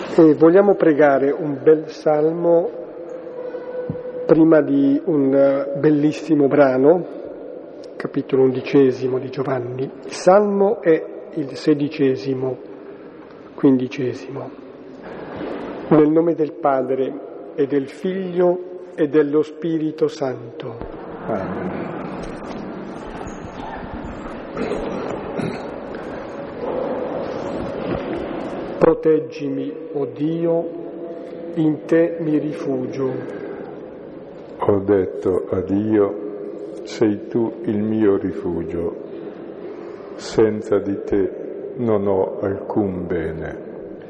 E vogliamo pregare un bel salmo prima di un bellissimo brano, capitolo 11 di Giovanni. Il salmo è il 16, 15. Nel nome del Padre e del Figlio e dello Spirito Santo. Amen. Proteggimi, o Dio, in te mi rifugio. Ho detto a Dio, sei tu il mio rifugio, senza di te non ho alcun bene.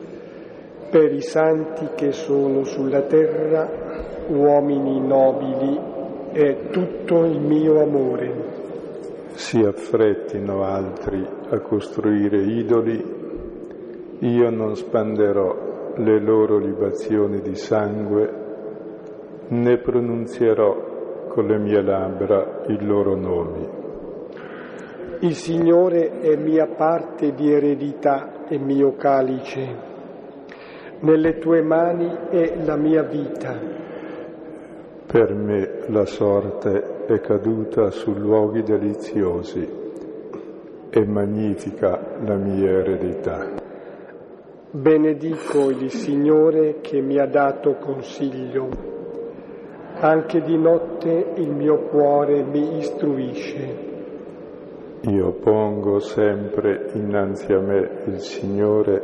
Per i santi che sono sulla terra, uomini nobili, è tutto il mio amore. Si affrettino altri a costruire idoli, io non spanderò le loro libazioni di sangue, né pronunzierò con le mie labbra i loro nomi. Il Signore è mia parte di eredità e mio calice. Nelle tue mani è la mia vita. Per me la sorte è caduta su luoghi deliziosi e magnifica la mia eredità. Benedico il Signore che mi ha dato consiglio. Anche di notte il mio cuore mi istruisce. Io pongo sempre innanzi a me il Signore,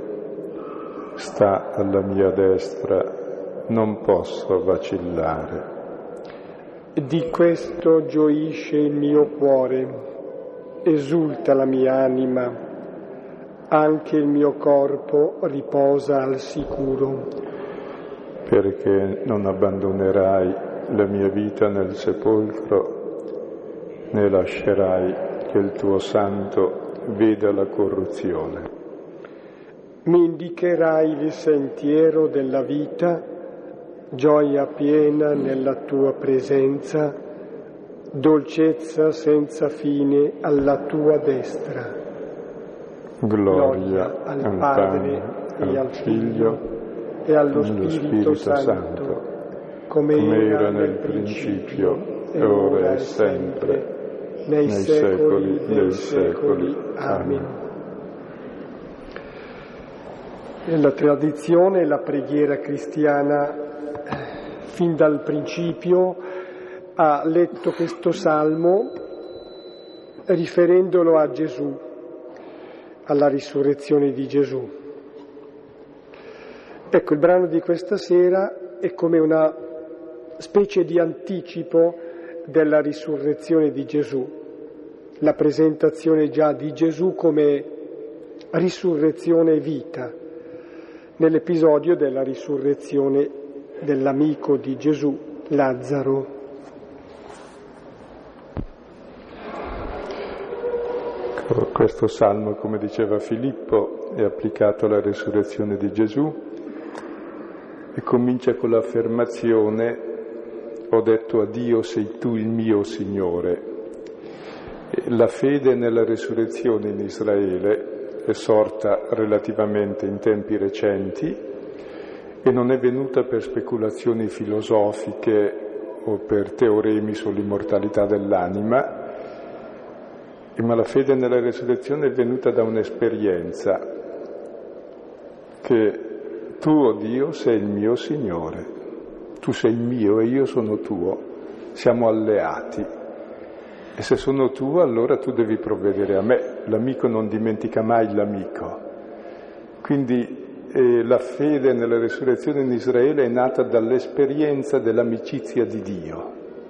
sta alla mia destra, non posso vacillare. Di questo gioisce il mio cuore, esulta la mia anima. Anche il mio corpo riposa al sicuro. Perché non abbandonerai la mia vita nel sepolcro, né lascerai che il tuo santo veda la corruzione. Mi indicherai il sentiero della vita, gioia piena nella tua presenza, dolcezza senza fine alla tua destra. Gloria al Padre e al Figlio e allo Spirito Santo, come era nel principio, e ora e sempre, nei secoli dei secoli. Amen. La tradizione e la preghiera cristiana, fin dal principio, ha letto questo salmo riferendolo a Gesù, alla risurrezione di Gesù. Ecco, il brano di questa sera è come una specie di anticipo della risurrezione di Gesù, la presentazione già di Gesù come risurrezione e vita, nell'episodio della risurrezione dell'amico di Gesù, Lazzaro. Questo salmo, come diceva Filippo, è applicato alla resurrezione di Gesù e comincia con l'affermazione: ho detto a Dio, sei tu il mio Signore. La fede nella resurrezione in Israele è sorta relativamente in tempi recenti e non è venuta per speculazioni filosofiche o per teoremi sull'immortalità dell'anima, ma la fede nella resurrezione è venuta da un'esperienza, che tu, o Dio, sei il mio Signore, tu sei mio e io sono tuo, siamo alleati, e se sono tuo allora tu devi provvedere a me, l'amico non dimentica mai l'amico. Quindi la fede nella resurrezione in Israele è nata dall'esperienza dell'amicizia di Dio.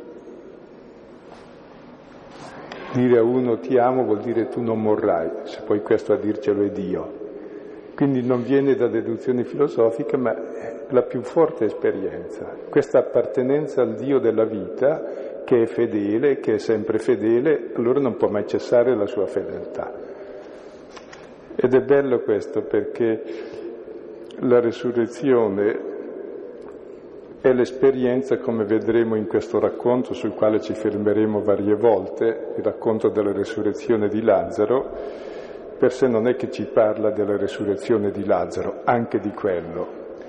Dire a uno ti amo vuol dire tu non morrai, se poi questo a dircelo è Dio. Quindi non viene da deduzioni filosofiche, ma è la più forte esperienza. Questa appartenenza al Dio della vita, che è fedele, che è sempre fedele, allora non può mai cessare la sua fedeltà. Ed è bello questo perché la resurrezione è l'esperienza, come vedremo in questo racconto, sul quale ci fermeremo varie volte, il racconto della resurrezione di Lazzaro. Per sé non è che ci parla della resurrezione di Lazzaro, anche di quello,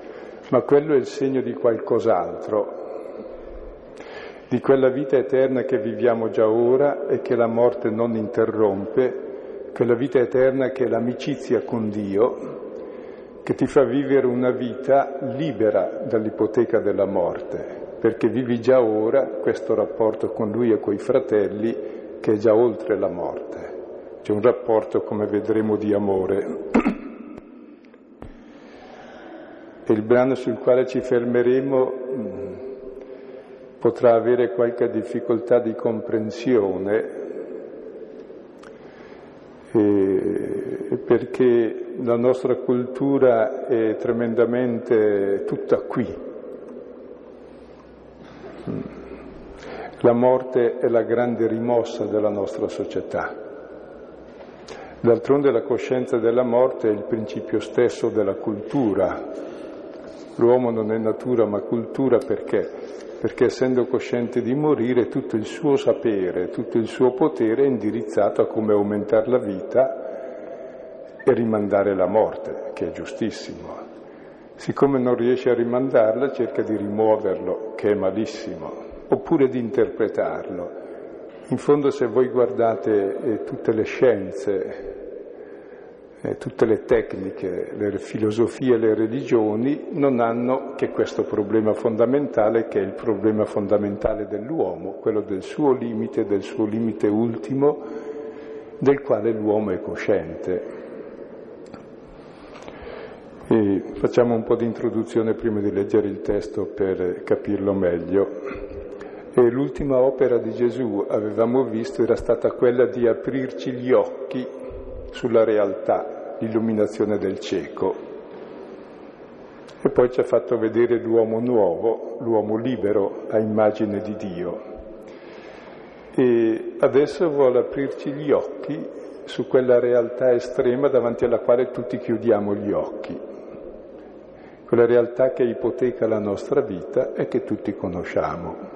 ma quello è il segno di qualcos'altro, di quella vita eterna che viviamo già ora e che la morte non interrompe, quella vita eterna che è l'amicizia con Dio, che ti fa vivere una vita libera dall'ipoteca della morte, perché vivi già ora questo rapporto con Lui e coi fratelli che è già oltre la morte. C'è un rapporto, come vedremo, di amore. E il brano sul quale ci fermeremo potrà avere qualche difficoltà di comprensione, perché la nostra cultura è tremendamente tutta qui. La morte è la grande rimossa della nostra società. D'altronde la coscienza della morte è il principio stesso della cultura. L'uomo non è natura ma cultura perché? Perché essendo cosciente di morire tutto il suo sapere, tutto il suo potere è indirizzato a come aumentare la vita e rimandare la morte, che è giustissimo. Siccome non riesce a rimandarla, cerca di rimuoverlo, che è malissimo, oppure di interpretarlo. In fondo, se voi guardate tutte le scienze, tutte le tecniche, le filosofie e le religioni non hanno che questo problema fondamentale, che è il problema fondamentale dell'uomo, quello del suo limite ultimo, del quale l'uomo è cosciente. E facciamo un po' di introduzione prima di leggere il testo per capirlo meglio. E l'ultima opera di Gesù, avevamo visto, era stata quella di aprirci gli occhi sulla realtà, l'illuminazione del cieco. E poi ci ha fatto vedere l'uomo nuovo, l'uomo libero a immagine di Dio. E adesso vuole aprirci gli occhi su quella realtà estrema davanti alla quale tutti chiudiamo gli occhi. Quella realtà che ipoteca la nostra vita e che tutti conosciamo.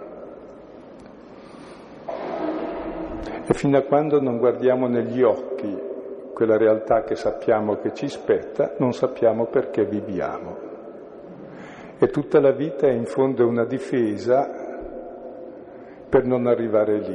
E fino a quando non guardiamo negli occhi quella realtà che sappiamo che ci spetta, non sappiamo perché viviamo. E tutta la vita è in fondo una difesa per non arrivare lì.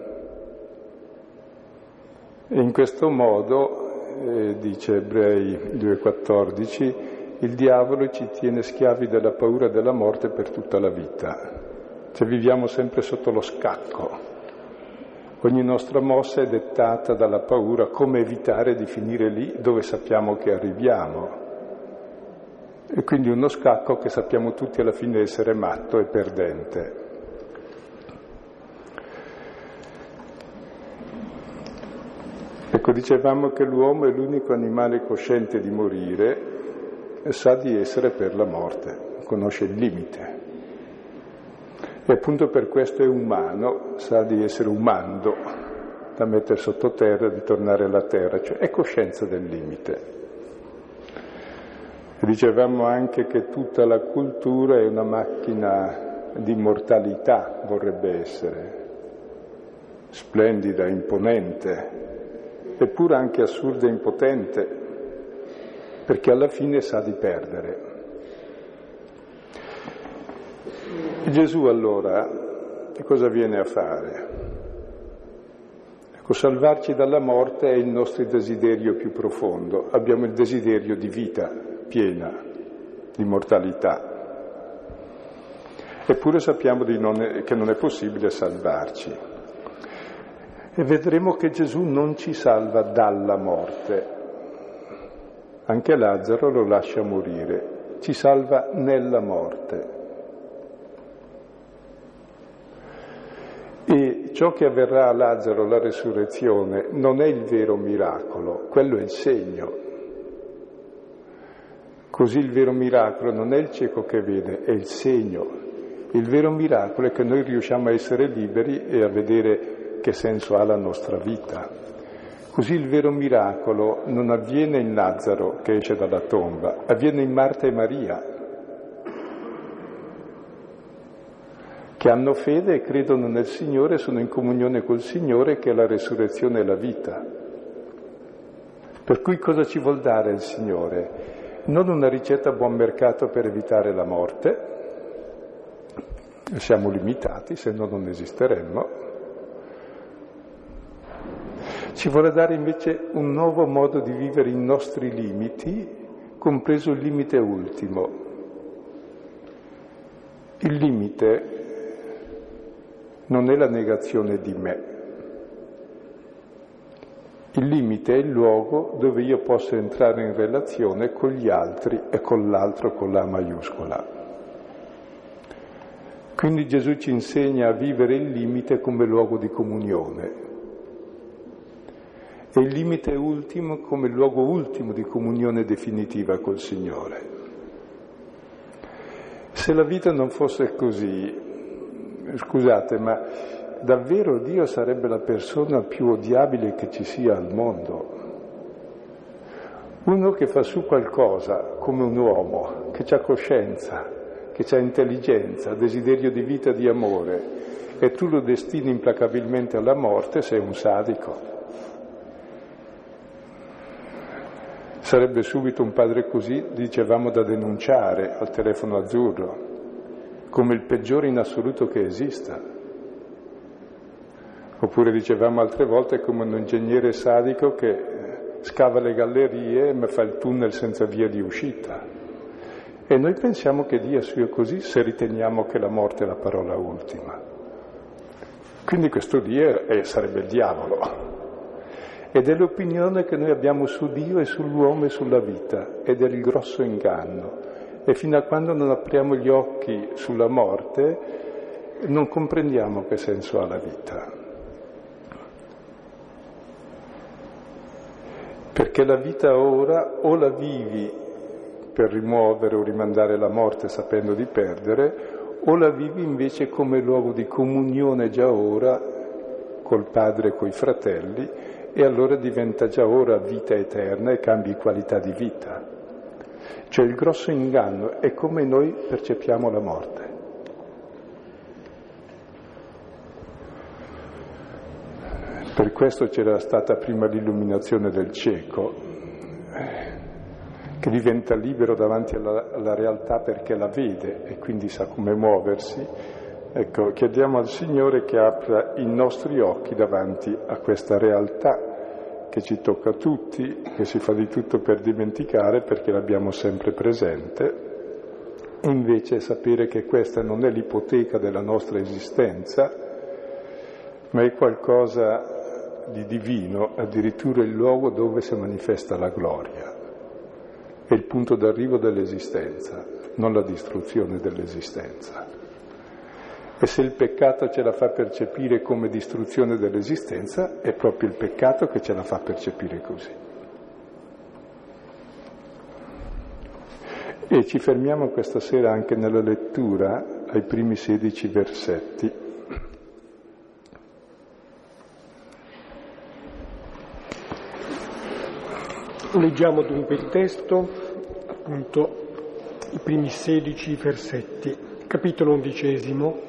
E in questo modo, dice Ebrei 2,14, il diavolo ci tiene schiavi della paura della morte per tutta la vita. Cioè viviamo sempre sotto lo scacco. Ogni nostra mossa è dettata dalla paura come evitare di finire lì dove sappiamo che arriviamo. E quindi uno scacco che sappiamo tutti alla fine essere matto e perdente. Ecco, dicevamo che l'uomo è l'unico animale cosciente di morire e sa di essere per la morte, conosce il limite. E appunto per questo è umano, sa di essere umando, da mettere sottoterra, di tornare alla terra, cioè è coscienza del limite. E dicevamo anche che tutta la cultura è una macchina di immortalità, vorrebbe essere, splendida, imponente, eppure anche assurda e impotente, perché alla fine sa di perdere. E Gesù allora che cosa viene a fare? Ecco, salvarci dalla morte è il nostro desiderio più profondo. Abbiamo il desiderio di vita piena, di immortalità. Eppure sappiamo che non è possibile salvarci. E vedremo che Gesù non ci salva dalla morte. Anche Lazzaro lo lascia morire. Ci salva nella morte. E ciò che avverrà a Lazzaro, la resurrezione, non è il vero miracolo, quello è il segno. Così il vero miracolo non è il cieco che vede, è il segno. Il vero miracolo è che noi riusciamo a essere liberi e a vedere che senso ha la nostra vita. Così il vero miracolo non avviene in Lazzaro che esce dalla tomba, avviene in Marta e Maria, che hanno fede e credono nel Signore, sono in comunione col Signore che è la resurrezione e la vita. Per cui cosa ci vuol dare il Signore? non una ricetta a buon mercato per evitare la morte, siamo limitati, se no non esisteremmo. Ci vuole dare invece un nuovo modo di vivere i nostri limiti, compreso il limite ultimo. Il limite non è la negazione di me. Il limite è il luogo dove io posso entrare in relazione con gli altri e con l'altro con la maiuscola. Quindi Gesù ci insegna a vivere il limite come luogo di comunione e il limite ultimo come luogo ultimo di comunione definitiva col Signore. Se la vita non fosse così, scusate, ma davvero Dio sarebbe la persona più odiabile che ci sia al mondo. Uno che fa su qualcosa come un uomo, che ha coscienza, che ha intelligenza, desiderio di vita, di amore, e tu lo destini implacabilmente alla morte, sei un sadico. Sarebbe subito un padre così, dicevamo, da denunciare al telefono azzurro, come il peggiore in assoluto che esista. Oppure dicevamo altre volte come un ingegnere sadico che scava le gallerie ma fa il tunnel senza via di uscita. E noi pensiamo che Dio sia così se riteniamo che la morte è la parola ultima. Quindi questo Dio sarebbe il diavolo. Ed è l'opinione che noi abbiamo su Dio e sull'uomo e sulla vita, ed è il grosso inganno. E fino a quando non apriamo gli occhi sulla morte, non comprendiamo che senso ha la vita. Perché la vita ora o la vivi per rimuovere o rimandare la morte sapendo di perdere, o la vivi invece come luogo di comunione già ora col Padre e coi fratelli, e allora diventa già ora vita eterna e cambi qualità di vita. Cioè il grosso inganno è come noi percepiamo la morte. Per questo c'era stata prima l'illuminazione del cieco, che diventa libero davanti alla realtà perché la vede e quindi sa come muoversi. Ecco, chiediamo al Signore che apra i nostri occhi davanti a questa realtà che ci tocca a tutti, che si fa di tutto per dimenticare perché l'abbiamo sempre presente, e invece sapere che questa non è l'ipoteca della nostra esistenza, ma è qualcosa di divino, addirittura il luogo dove si manifesta la gloria. È il punto d'arrivo dell'esistenza, non la distruzione dell'esistenza. E se il peccato ce la fa percepire come distruzione dell'esistenza, è proprio il peccato che ce la fa percepire così. E ci fermiamo questa sera anche nella lettura ai primi 16 versetti. Leggiamo dunque il testo, appunto i primi 16 versetti, capitolo 11.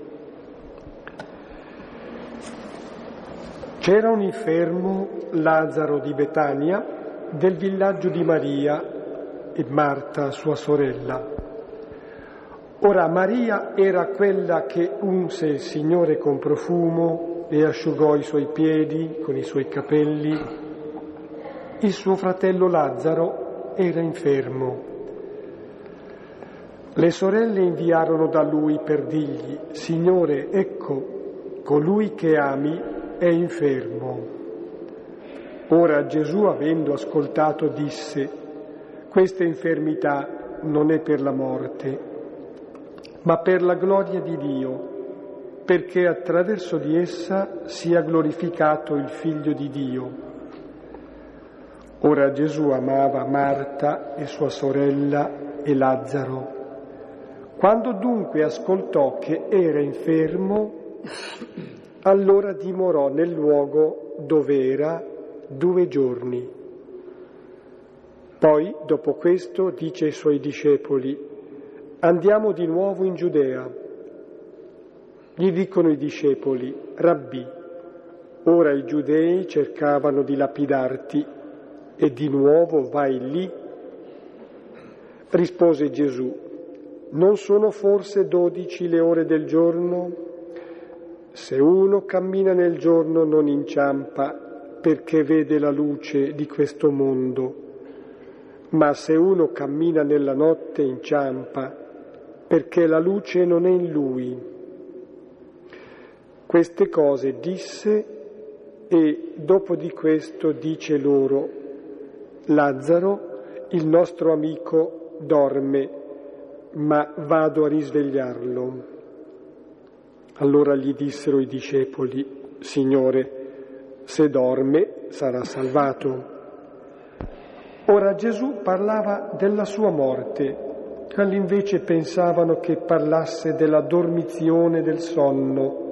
C'era un infermo, Lazzaro di Betania, del villaggio di Maria e Marta, sua sorella. Ora Maria era quella che unse il Signore con profumo e asciugò i suoi piedi con i suoi capelli. Il suo fratello Lazzaro era infermo. Le sorelle inviarono da lui per dirgli: Signore, ecco, colui che ami è infermo. Ora Gesù, avendo ascoltato, disse: questa infermità non è per la morte, ma per la gloria di Dio, perché attraverso di essa sia glorificato il Figlio di Dio. Ora Gesù amava Marta e sua sorella e Lazzaro. Quando dunque ascoltò che era infermo, allora dimorò nel luogo dove era 2 giorni. Poi, dopo questo, dice ai suoi discepoli: andiamo di nuovo in Giudea. Gli dicono i discepoli: Rabbì, ora i giudei cercavano di lapidarti e di nuovo vai lì? Rispose Gesù: non sono forse 12 le ore del giorno? Se uno cammina nel giorno non inciampa, perché vede la luce di questo mondo, ma se uno cammina nella notte inciampa, perché la luce non è in lui. Queste cose disse e dopo di questo dice loro: Lazzaro, il nostro amico, dorme, ma vado a risvegliarlo. Allora gli dissero i discepoli: Signore, se dorme sarà salvato. Ora Gesù parlava della sua morte, quelli invece pensavano che parlasse della dormizione del sonno.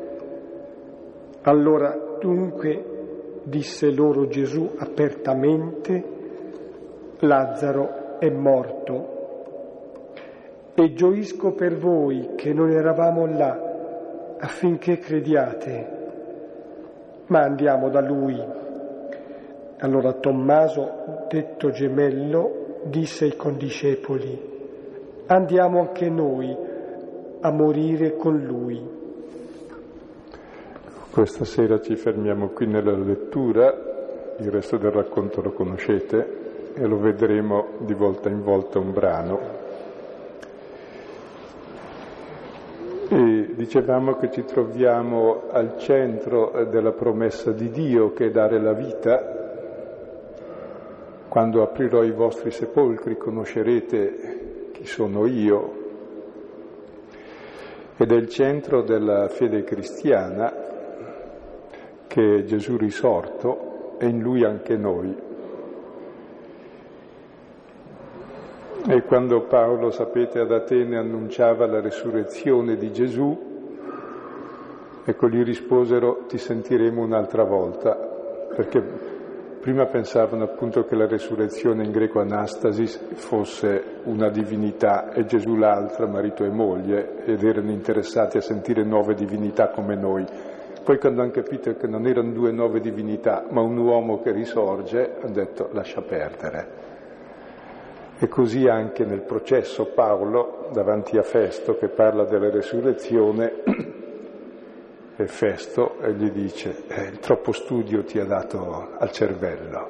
Allora dunque disse loro Gesù apertamente: Lazzaro è morto. E gioisco per voi che non eravamo là, affinché crediate. Ma andiamo da lui. Allora Tommaso, detto Gemello, disse ai condiscepoli: andiamo anche noi a morire con lui. Questa sera ci fermiamo qui nella lettura, il resto del racconto lo conoscete e lo vedremo di volta in volta un brano. E dicevamo che ci troviamo al centro della promessa di Dio, che è dare la vita. Quando aprirò i vostri sepolcri conoscerete chi sono io. Ed è il centro della fede cristiana, che è Gesù risorto e in Lui anche noi. E quando Paolo, sapete, ad Atene annunciava la resurrezione di Gesù, ecco, gli risposero: ti sentiremo un'altra volta, perché prima pensavano appunto che la resurrezione, in greco anastasis, fosse una divinità e Gesù l'altra, marito e moglie, ed erano interessati a sentire nuove divinità come noi. Poi quando hanno capito che non erano due nuove divinità, ma un uomo che risorge, hanno detto: lascia perdere. E così anche nel processo Paolo, davanti a Festo, che parla della resurrezione, e Festo gli dice: troppo studio ti ha dato al cervello.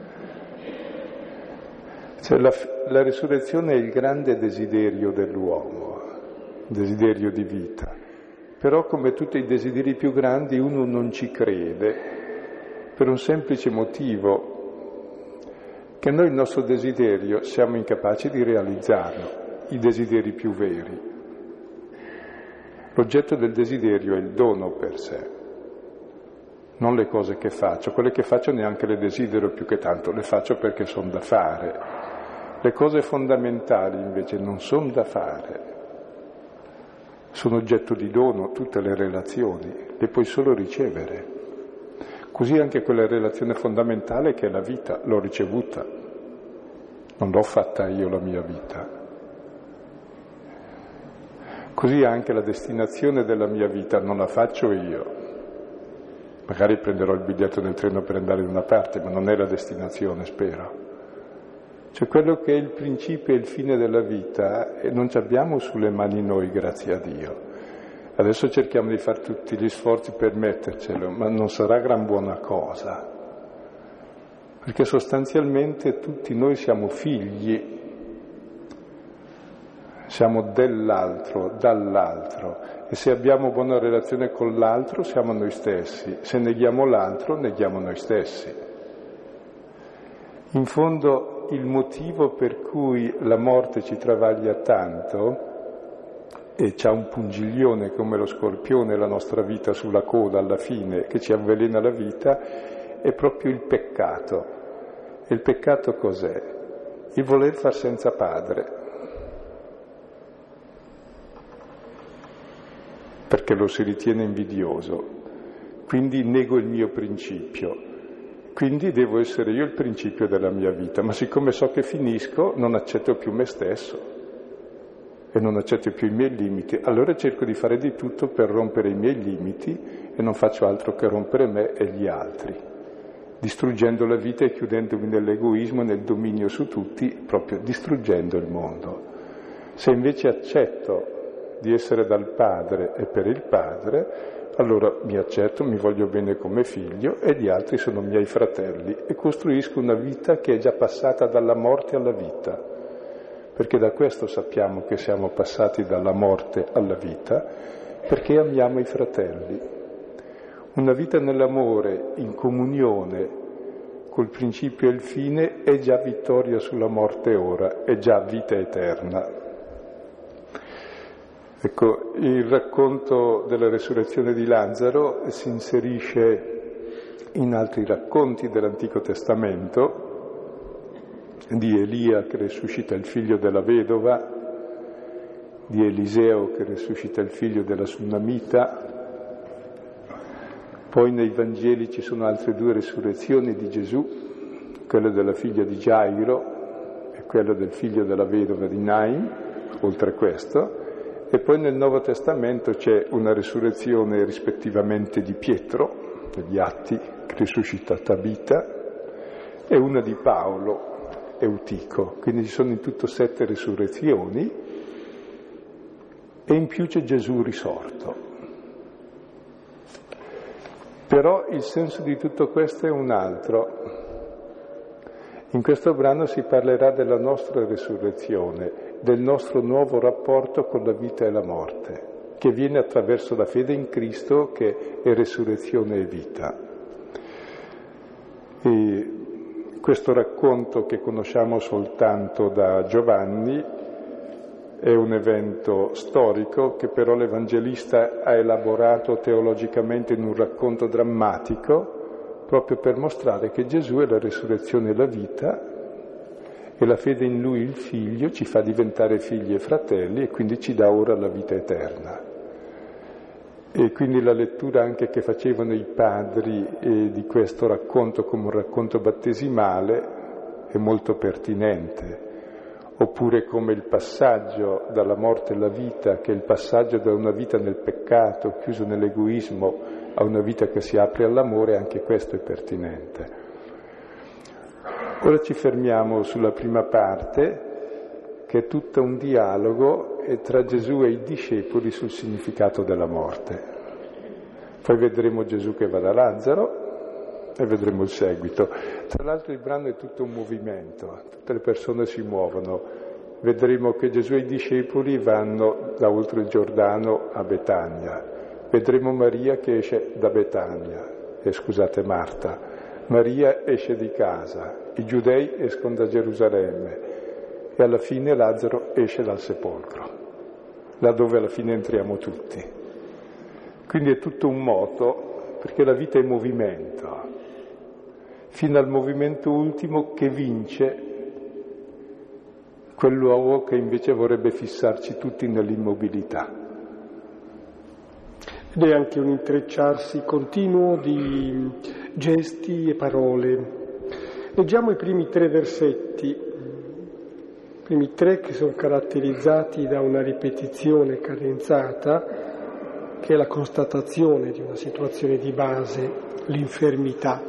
Cioè, la risurrezione è il grande desiderio dell'uomo, desiderio di vita. Però, come tutti i desideri più grandi, uno non ci crede per un semplice motivo: che noi il nostro desiderio siamo incapaci di realizzarlo, i desideri più veri. L'oggetto del desiderio è il dono per sé, non le cose che faccio. Quelle che faccio neanche le desidero più che tanto, le faccio perché sono da fare. Le cose fondamentali invece non sono da fare, sono oggetto di dono, tutte le relazioni, le puoi solo ricevere. Così anche quella relazione fondamentale che è la vita, l'ho ricevuta, non l'ho fatta io la mia vita. Così anche la destinazione della mia vita non la faccio io. Magari prenderò il biglietto del treno per andare da una parte, ma non è la destinazione, spero. Cioè quello che è il principio e il fine della vita non ci abbiamo sulle mani noi, grazie a Dio. Adesso cerchiamo di fare tutti gli sforzi per mettercelo, ma non sarà gran buona cosa, perché sostanzialmente tutti noi siamo figli, siamo dell'altro, dall'altro, e se abbiamo buona relazione con l'altro siamo noi stessi, se neghiamo l'altro neghiamo noi stessi. In fondo il motivo per cui la morte ci travaglia tanto e c'ha un pungiglione come lo scorpione la nostra vita sulla coda alla fine, che ci avvelena la vita, è proprio il peccato. E il peccato cos'è? Il voler far senza padre. Perché lo si ritiene invidioso. Quindi nego il mio principio. Quindi devo essere io il principio della mia vita. Ma siccome so che finisco, non accetto più me stesso. E non accetto più i miei limiti, allora cerco di fare di tutto per rompere i miei limiti e non faccio altro che rompere me e gli altri. distruggendo la vita e chiudendomi nell'egoismo, nel dominio su tutti, proprio distruggendo il mondo. Se invece accetto di essere dal Padre e per il Padre, allora mi accetto, mi voglio bene come figlio e gli altri sono miei fratelli e costruisco una vita che è già passata dalla morte alla vita, perché da questo sappiamo che siamo passati dalla morte alla vita, perché amiamo i fratelli. Una vita nell'amore, in comunione col principio e il fine, è già vittoria sulla morte ora, è già vita eterna. Ecco, il racconto della resurrezione di Lazzaro si inserisce in altri racconti dell'Antico Testamento, di Elia che risuscita il figlio della vedova, di Eliseo che risuscita il figlio della Sunnamita. Poi nei Vangeli ci sono altre 2 resurrezioni di Gesù, quella della figlia di Gairo e quella del figlio della vedova di Nain, oltre a questo, e poi nel Nuovo Testamento c'è una resurrezione rispettivamente di Pietro, negli Atti, che risuscita Tabita, e una di Paolo, Eutico. Quindi ci sono in tutto 7 resurrezioni e in più c'è Gesù risorto. Però il senso di tutto questo è un altro. In questo brano si parlerà della nostra resurrezione, del nostro nuovo rapporto con la vita e la morte, che viene attraverso la fede in Cristo, che è resurrezione e vita. E questo racconto, che conosciamo soltanto da Giovanni, è un evento storico che però l'Evangelista ha elaborato teologicamente in un racconto drammatico, proprio per mostrare che Gesù è la resurrezione e la vita, e la fede in Lui, il Figlio, ci fa diventare figli e fratelli e quindi ci dà ora la vita eterna. E quindi la lettura anche che facevano i padri di questo racconto come un racconto battesimale è molto pertinente. Oppure come il passaggio dalla morte alla vita, che è il passaggio da una vita nel peccato, chiuso nell'egoismo, a una vita che si apre all'amore, anche questo è pertinente. Ora ci fermiamo sulla prima parte, che è tutto un dialogo tra Gesù e i discepoli sul significato della morte. Poi vedremo Gesù che va da Lazzaro e vedremo il seguito. Tra l'altro il brano è tutto un movimento, tutte le persone si muovono. Vedremo che Gesù e i discepoli vanno da oltre il Giordano a Betania. Vedremo Maria che esce da Betania, scusate Marta. Maria esce di casa, i giudei escono da Gerusalemme e alla fine Lazzaro esce dal sepolcro, là dove alla fine entriamo tutti. Quindi è tutto un moto, perché la vita è movimento, fino al movimento ultimo che vince quel luogo che invece vorrebbe fissarci tutti nell'immobilità. Ed è anche un intrecciarsi continuo di gesti e parole. Leggiamo i primi 3 versetti, i primi 3 che sono caratterizzati da una ripetizione cadenzata, che è la constatazione di una situazione di base, l'infermità.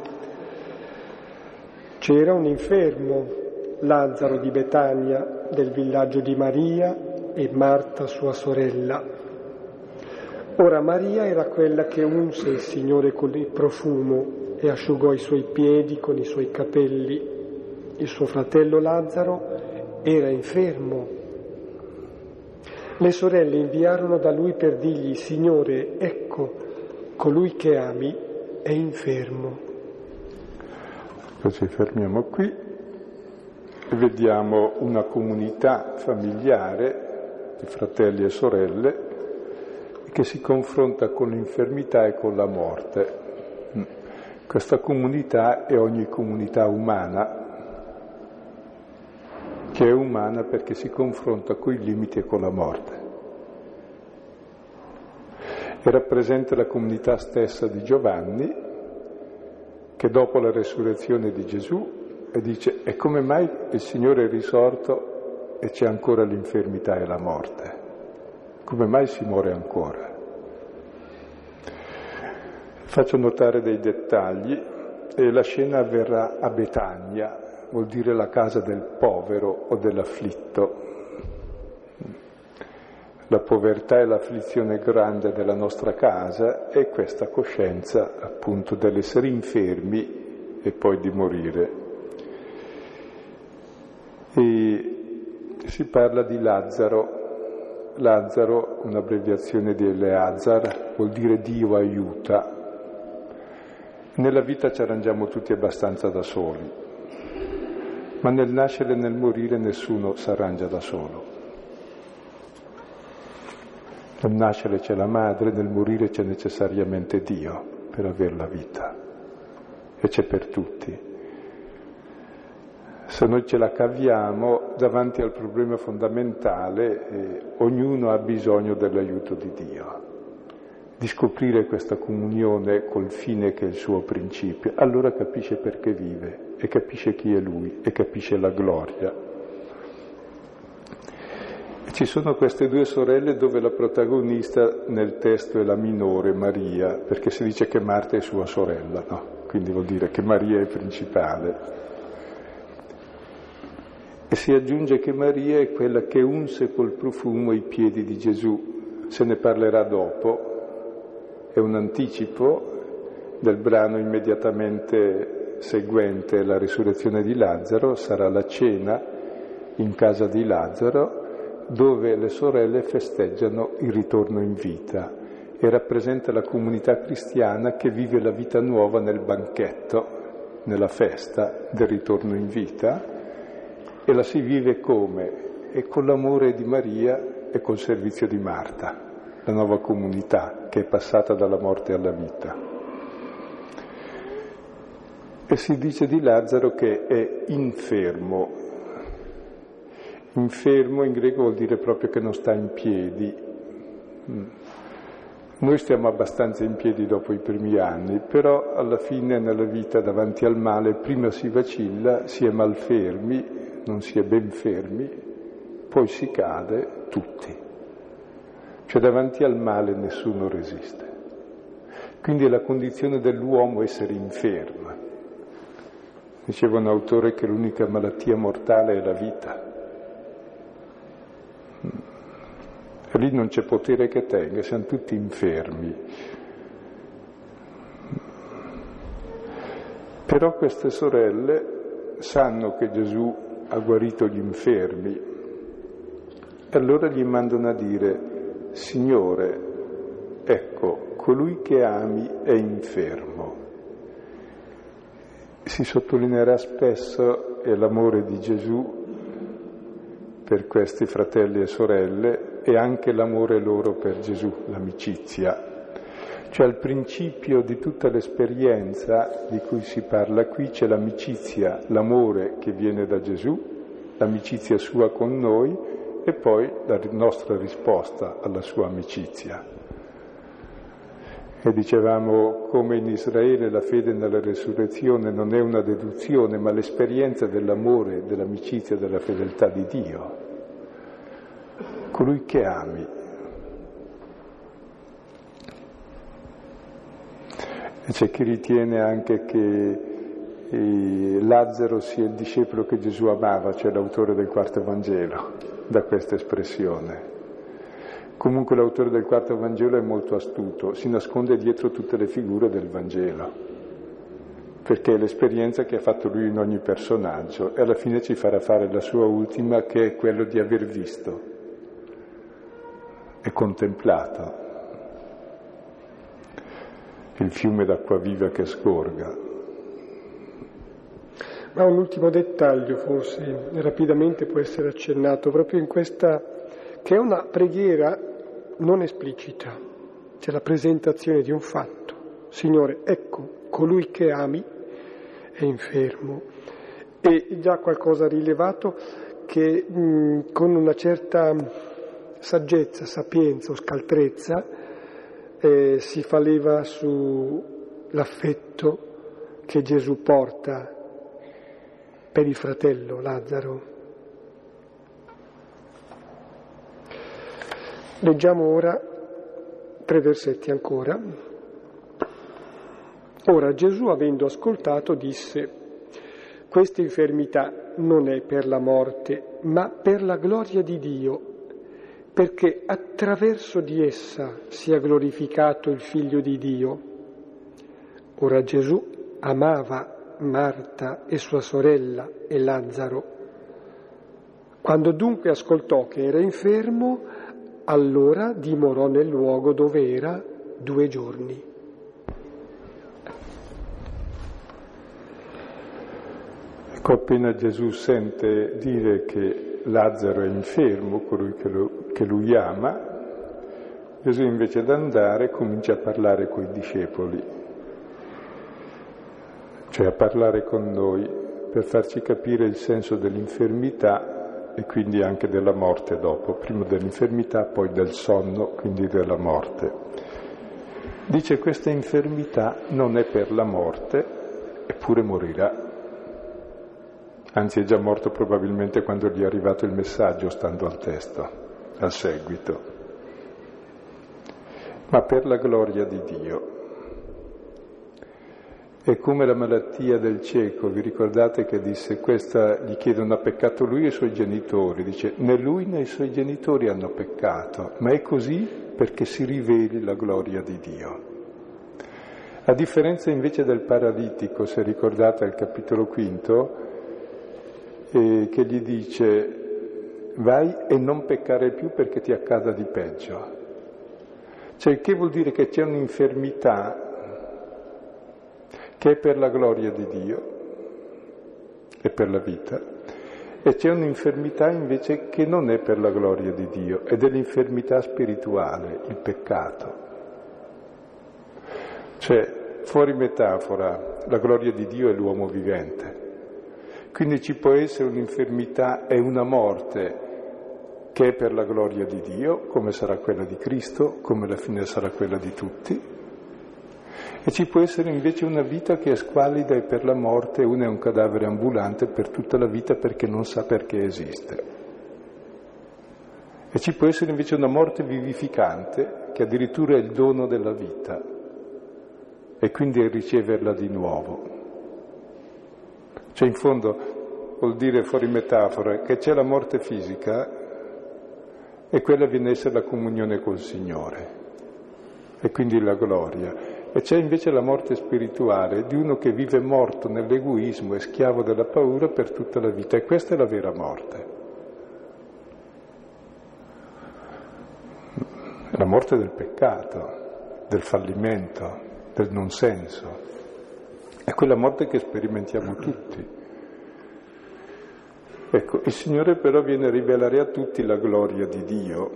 C'era un infermo, Lazzaro di Betania, del villaggio di Maria e Marta sua sorella. Ora Maria era quella che unse il Signore con il profumo e asciugò i suoi piedi con i suoi capelli. Il suo fratello Lazzaro era infermo. Le sorelle inviarono da lui per dirgli: Signore, ecco, colui che ami è infermo. Ci fermiamo qui e vediamo una comunità familiare di fratelli e sorelle che si confronta con l'infermità e con la morte. Questa comunità è ogni comunità umana, che è umana perché si confronta con i limiti e con la morte. E rappresenta la comunità stessa di Giovanni, che dopo la resurrezione di Gesù dice: e come mai il Signore è risorto e c'è ancora l'infermità e la morte? Come mai si muore ancora? Faccio notare dei dettagli. e la scena avverrà a Betania, vuol dire la casa del povero o dell'afflitto. La povertà e l'afflizione grande della nostra casa è questa coscienza appunto dell'essere infermi e poi di morire. E si parla di Lazzaro. Lazzaro, un'abbreviazione di Eleazar, vuol dire Dio aiuta. Nella vita ci arrangiamo tutti abbastanza da soli, ma nel nascere e nel morire nessuno si arrangia da solo. Nel nascere c'è la madre, nel morire c'è necessariamente Dio per avere la vita, e c'è per tutti. Se noi ce la caviamo davanti al problema fondamentale, ognuno ha bisogno dell'aiuto di Dio, di scoprire questa comunione col fine che è il suo principio. Allora capisce perché vive, e capisce chi è Lui, e capisce la gloria. Ci sono queste due sorelle dove la protagonista nel testo è la minore, Maria, perché si dice che Marta è sua sorella, no? Quindi vuol dire che Maria è principale. E si aggiunge che Maria è quella che unse col profumo i piedi di Gesù. Se ne parlerà dopo, è un anticipo del brano immediatamente seguente la risurrezione di Lazzaro, sarà la cena in casa di Lazzaro, dove le sorelle festeggiano il ritorno in vita e rappresenta la comunità cristiana che vive la vita nuova nel banchetto, nella festa del ritorno in vita. E la si vive come? E con l'amore di Maria e col servizio di Marta, la nuova comunità che è passata dalla morte alla vita. E si dice di Lazzaro che è infermo. Infermo in greco vuol dire proprio che non sta in piedi. Noi stiamo abbastanza in piedi dopo i primi anni, però alla fine nella vita davanti al male prima si vacilla, si è malfermi, non si è ben fermi, poi si cade tutti. Cioè davanti al male nessuno resiste. Quindi è la condizione dell'uomo essere infermo. Diceva un autore che l'unica malattia mortale è la vita. E lì non c'è potere che tenga, siamo tutti infermi. Però queste sorelle sanno che Gesù ha guarito gli infermi e allora gli mandano a dire: Signore, ecco, colui che ami è infermo. Si sottolineerà spesso è l'amore di Gesù per questi fratelli e sorelle e anche l'amore loro per Gesù, l'amicizia. Cioè al principio di tutta l'esperienza di cui si parla qui c'è l'amicizia, l'amore che viene da Gesù, l'amicizia sua con noi e poi la nostra risposta alla sua amicizia. E dicevamo come in Israele la fede nella resurrezione non è una deduzione, ma l'esperienza dell'amore, dell'amicizia, della fedeltà di Dio. Colui che ami. E c'è chi ritiene anche che Lazzaro sia il discepolo che Gesù amava, cioè l'autore del quarto Vangelo, da questa espressione. Comunque l'autore del quarto Vangelo è molto astuto, si nasconde dietro tutte le figure del Vangelo, perché è l'esperienza che ha fatto lui in ogni personaggio e alla fine ci farà fare la sua ultima, che è quello di aver visto e contemplato il fiume d'acqua viva che scorga. Ma un ultimo dettaglio forse rapidamente può essere accennato proprio in questa, che è una preghiera non esplicita, c'è la presentazione di un fatto. Signore, ecco, colui che ami è infermo. E già qualcosa rilevato che con una certa saggezza, sapienza o scaltrezza si fa leva sull'affetto che Gesù porta per il fratello Lazzaro. Leggiamo ora 3 versetti ancora. Ora Gesù, avendo ascoltato, disse: questa infermità non è per la morte, ma per la gloria di Dio, perché attraverso di essa sia glorificato il Figlio di Dio. Ora Gesù amava Marta e sua sorella e Lazzaro. Quando dunque ascoltò che era infermo, allora dimorò nel luogo dove era 2 giorni. Ecco, appena Gesù sente dire che Lazzaro è infermo, colui che lui ama, Gesù invece d'andare comincia a parlare coi discepoli, cioè a parlare con noi per farci capire il senso dell'infermità e quindi anche della morte dopo, prima dell'infermità, poi del sonno, quindi della morte. Dice: questa infermità non è per la morte, eppure morirà. Anzi, è già morto probabilmente quando gli è arrivato il messaggio, stando al testo, al seguito. Ma per la gloria di Dio. È come la malattia del cieco, vi ricordate che disse: questa gli chiedono: ha peccato lui e i suoi genitori? Dice: né lui né i suoi genitori hanno peccato, ma è così perché si riveli la gloria di Dio. A differenza invece del paralitico, se ricordate al capitolo 5, che gli dice: vai e non peccare più perché ti accada di peggio. Cioè, che vuol dire che c'è un'infermità che è per la gloria di Dio e per la vita, e c'è un'infermità invece che non è per la gloria di Dio, ed è l'infermità spirituale, il peccato. Cioè, fuori metafora, la gloria di Dio è l'uomo vivente. Quindi ci può essere un'infermità e una morte che è per la gloria di Dio, come sarà quella di Cristo, come alla fine sarà quella di tutti, e ci può essere invece una vita che è squallida e per la morte, uno è un cadavere ambulante per tutta la vita perché non sa perché esiste. E ci può essere invece una morte vivificante che addirittura è il dono della vita e quindi è riceverla di nuovo. Cioè, in fondo vuol dire, fuori metafora, che c'è la morte fisica e quella viene a essere la comunione col Signore e quindi la gloria. E c'è invece la morte spirituale di uno che vive morto nell'egoismo e schiavo della paura per tutta la vita, e questa è la vera morte. La morte del peccato, del fallimento, del non senso. È quella morte che sperimentiamo tutti. Ecco, il Signore però viene a rivelare a tutti la gloria di Dio.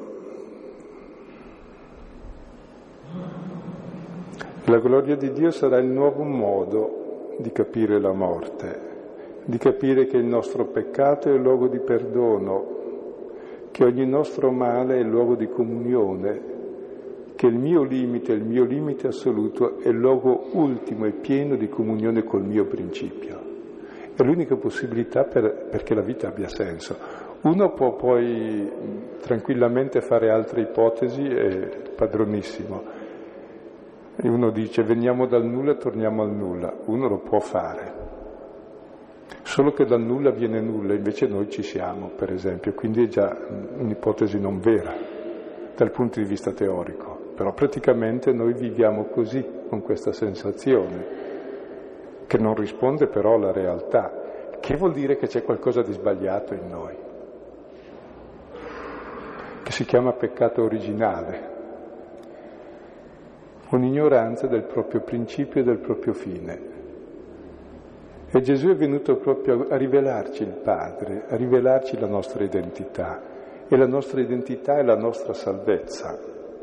La gloria di Dio sarà il nuovo modo di capire la morte, di capire che il nostro peccato è il luogo di perdono, che ogni nostro male è il luogo di comunione, che il mio limite assoluto è il luogo ultimo e pieno di comunione col mio principio. È l'unica possibilità perché la vita abbia senso. Uno può poi tranquillamente fare altre ipotesi, è padronissimo. E uno dice: veniamo dal nulla e torniamo al nulla. Uno lo può fare, solo che dal nulla viene nulla, invece noi ci siamo, per esempio, quindi è già un'ipotesi non vera dal punto di vista teorico, però praticamente noi viviamo così, con questa sensazione che non risponde però alla realtà, che vuol dire che c'è qualcosa di sbagliato in noi, che si chiama peccato originale, un'ignoranza del proprio principio e del proprio fine. E Gesù è venuto proprio a rivelarci il Padre, a rivelarci la nostra identità, e la nostra identità è la nostra salvezza.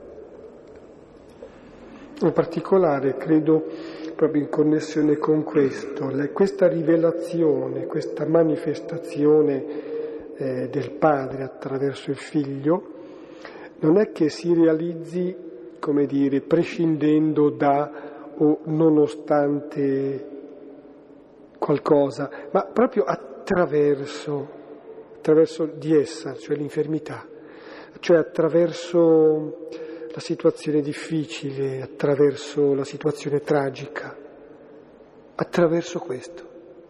In particolare, credo, proprio in connessione con questo, questa rivelazione, questa manifestazione del Padre attraverso il Figlio, non è che si realizzi, come dire, prescindendo da o nonostante qualcosa, ma proprio attraverso di essa, cioè l'infermità, cioè attraverso la situazione difficile, attraverso la situazione tragica. attraverso questo.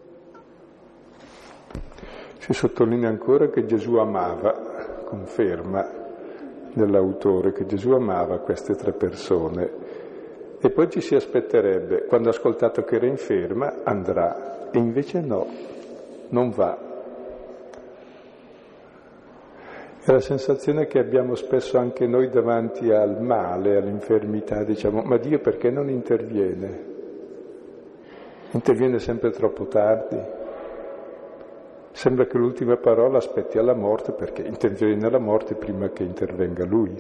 Si sottolinea ancora che Gesù amava, conferma dell'autore, che Gesù amava queste 3 persone. E poi ci si aspetterebbe, quando ha ascoltato che era inferma, andrà. E invece no, non va. È la sensazione che abbiamo spesso anche noi davanti al male, all'infermità, diciamo, ma Dio perché non interviene? Interviene sempre troppo tardi. Sembra che l'ultima parola aspetti alla morte, perché interviene alla morte prima che intervenga Lui.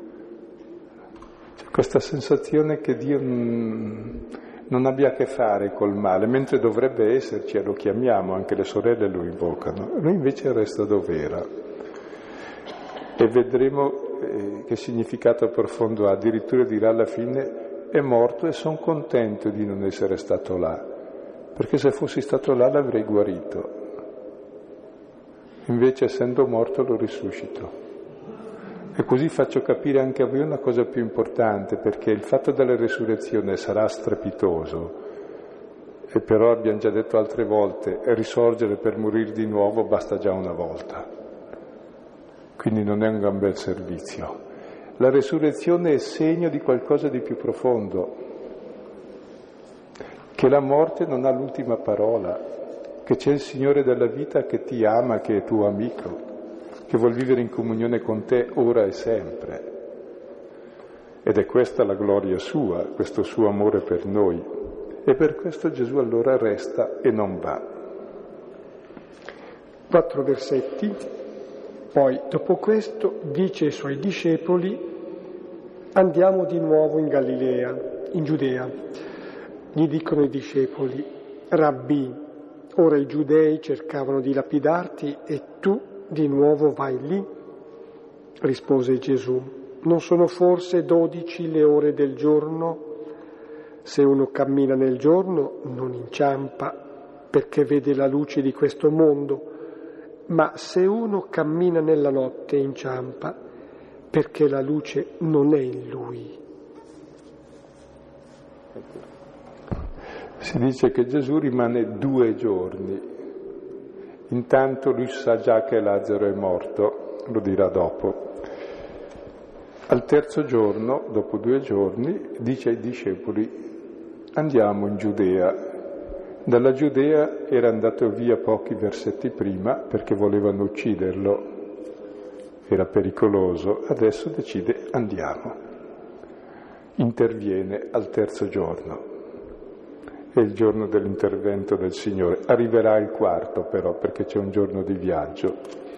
C'è questa sensazione che Dio non abbia a che fare col male, mentre dovrebbe esserci, e lo chiamiamo, anche le sorelle lo invocano. Lui invece resta dov'era. E vedremo che significato profondo ha. Addirittura dirà alla fine: è morto e sono contento di non essere stato là, perché se fossi stato là l'avrei guarito. Invece, essendo morto, lo risuscito. E così faccio capire anche a voi una cosa più importante, perché il fatto della resurrezione sarà strepitoso, e però abbiamo già detto altre volte, risorgere per morire di nuovo basta già una volta. Quindi non è un gran bel servizio. La resurrezione è segno di qualcosa di più profondo, che la morte non ha l'ultima parola, che c'è il Signore della vita che ti ama, che è tuo amico, che vuol vivere in comunione con te ora e sempre. Ed è questa la gloria sua, questo suo amore per noi. E per questo Gesù allora resta e non va. 4 versetti. Poi, dopo questo, dice ai suoi discepoli: andiamo di nuovo in Galilea, in Giudea. Gli dicono i discepoli: Rabbì, ora i giudei cercavano di lapidarti e tu di nuovo vai lì? Rispose Gesù: non sono forse 12 le ore del giorno? Se uno cammina nel giorno non inciampa, perché vede la luce di questo mondo. Ma se uno cammina nella notte inciampa, perché la luce non è in lui. Si dice che Gesù rimane 2 giorni. Intanto lui sa già che Lazzaro è morto, lo dirà dopo. Al 3° giorno, dopo 2 giorni, dice ai discepoli: andiamo in Giudea. Dalla Giudea era andato via pochi versetti prima perché volevano ucciderlo, era pericoloso, adesso decide: andiamo. Interviene al 3° giorno, è il giorno dell'intervento del Signore. Arriverà il 4° però, perché c'è un giorno di viaggio.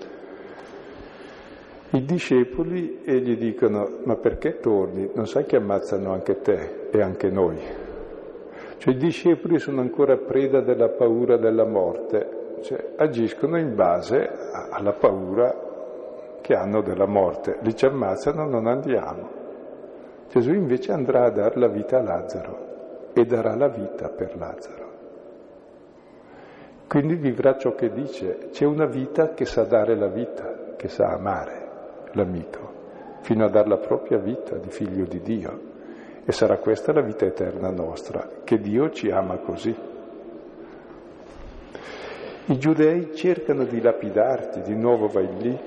I discepoli gli dicono: ma perché torni? Non sai che ammazzano anche te e anche noi? Cioè i discepoli sono ancora preda della paura della morte, cioè agiscono in base alla paura che hanno della morte. Li ci ammazzano, non andiamo. Gesù invece andrà a dar la vita a Lazzaro e darà la vita per Lazzaro. Quindi vivrà ciò che dice. C'è una vita che sa dare la vita, che sa amare l'amico, fino a dar la propria vita di figlio di Dio. E sarà questa la vita eterna nostra, che Dio ci ama così. I giudei cercano di lapidarti, di nuovo vai lì.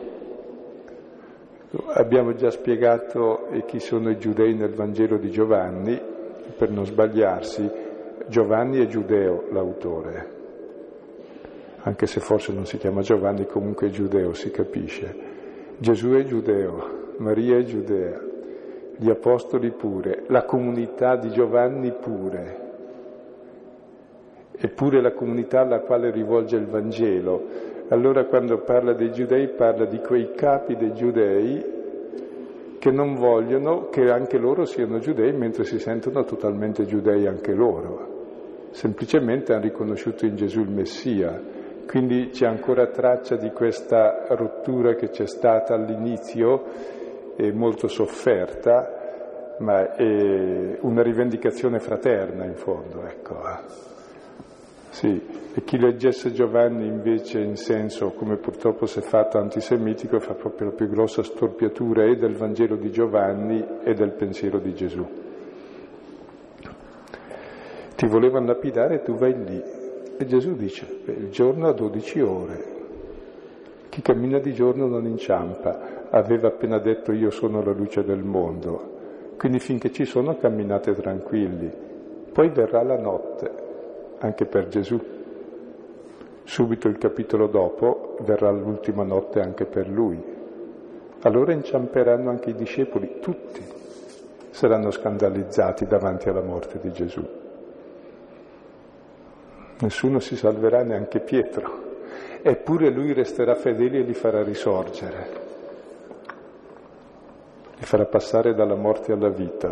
Abbiamo già spiegato chi sono i giudei nel Vangelo di Giovanni, per non sbagliarsi. Giovanni è giudeo, l'autore, anche se forse non si chiama Giovanni, comunque è giudeo, si capisce. Gesù è giudeo, Maria è giudea, gli apostoli pure, la comunità di Giovanni pure, eppure la comunità alla quale rivolge il Vangelo. Allora quando parla dei giudei parla di quei capi dei giudei che non vogliono che anche loro siano giudei, mentre si sentono totalmente giudei anche loro. Semplicemente hanno riconosciuto in Gesù il Messia. Quindi c'è ancora traccia di questa rottura che c'è stata all'inizio, molto sofferta, ma è una rivendicazione fraterna in fondo, ecco. Sì, e chi leggesse Giovanni invece in senso, come purtroppo si è fatto, antisemitico, fa proprio la più grossa storpiatura e del Vangelo di Giovanni e del pensiero di Gesù. Ti volevano lapidare e tu vai lì. E Gesù dice, il giorno ha 12 ore. Chi cammina di giorno non inciampa. Aveva appena detto io sono la luce del mondo. Quindi finché ci sono camminate tranquilli. Poi verrà la notte, anche per Gesù. Subito il capitolo dopo verrà l'ultima notte anche per lui. Allora inciamperanno anche i discepoli, tutti saranno scandalizzati davanti alla morte di Gesù. Nessuno si salverà, neanche Pietro, eppure lui resterà fedele e li farà risorgere, li farà passare dalla morte alla vita.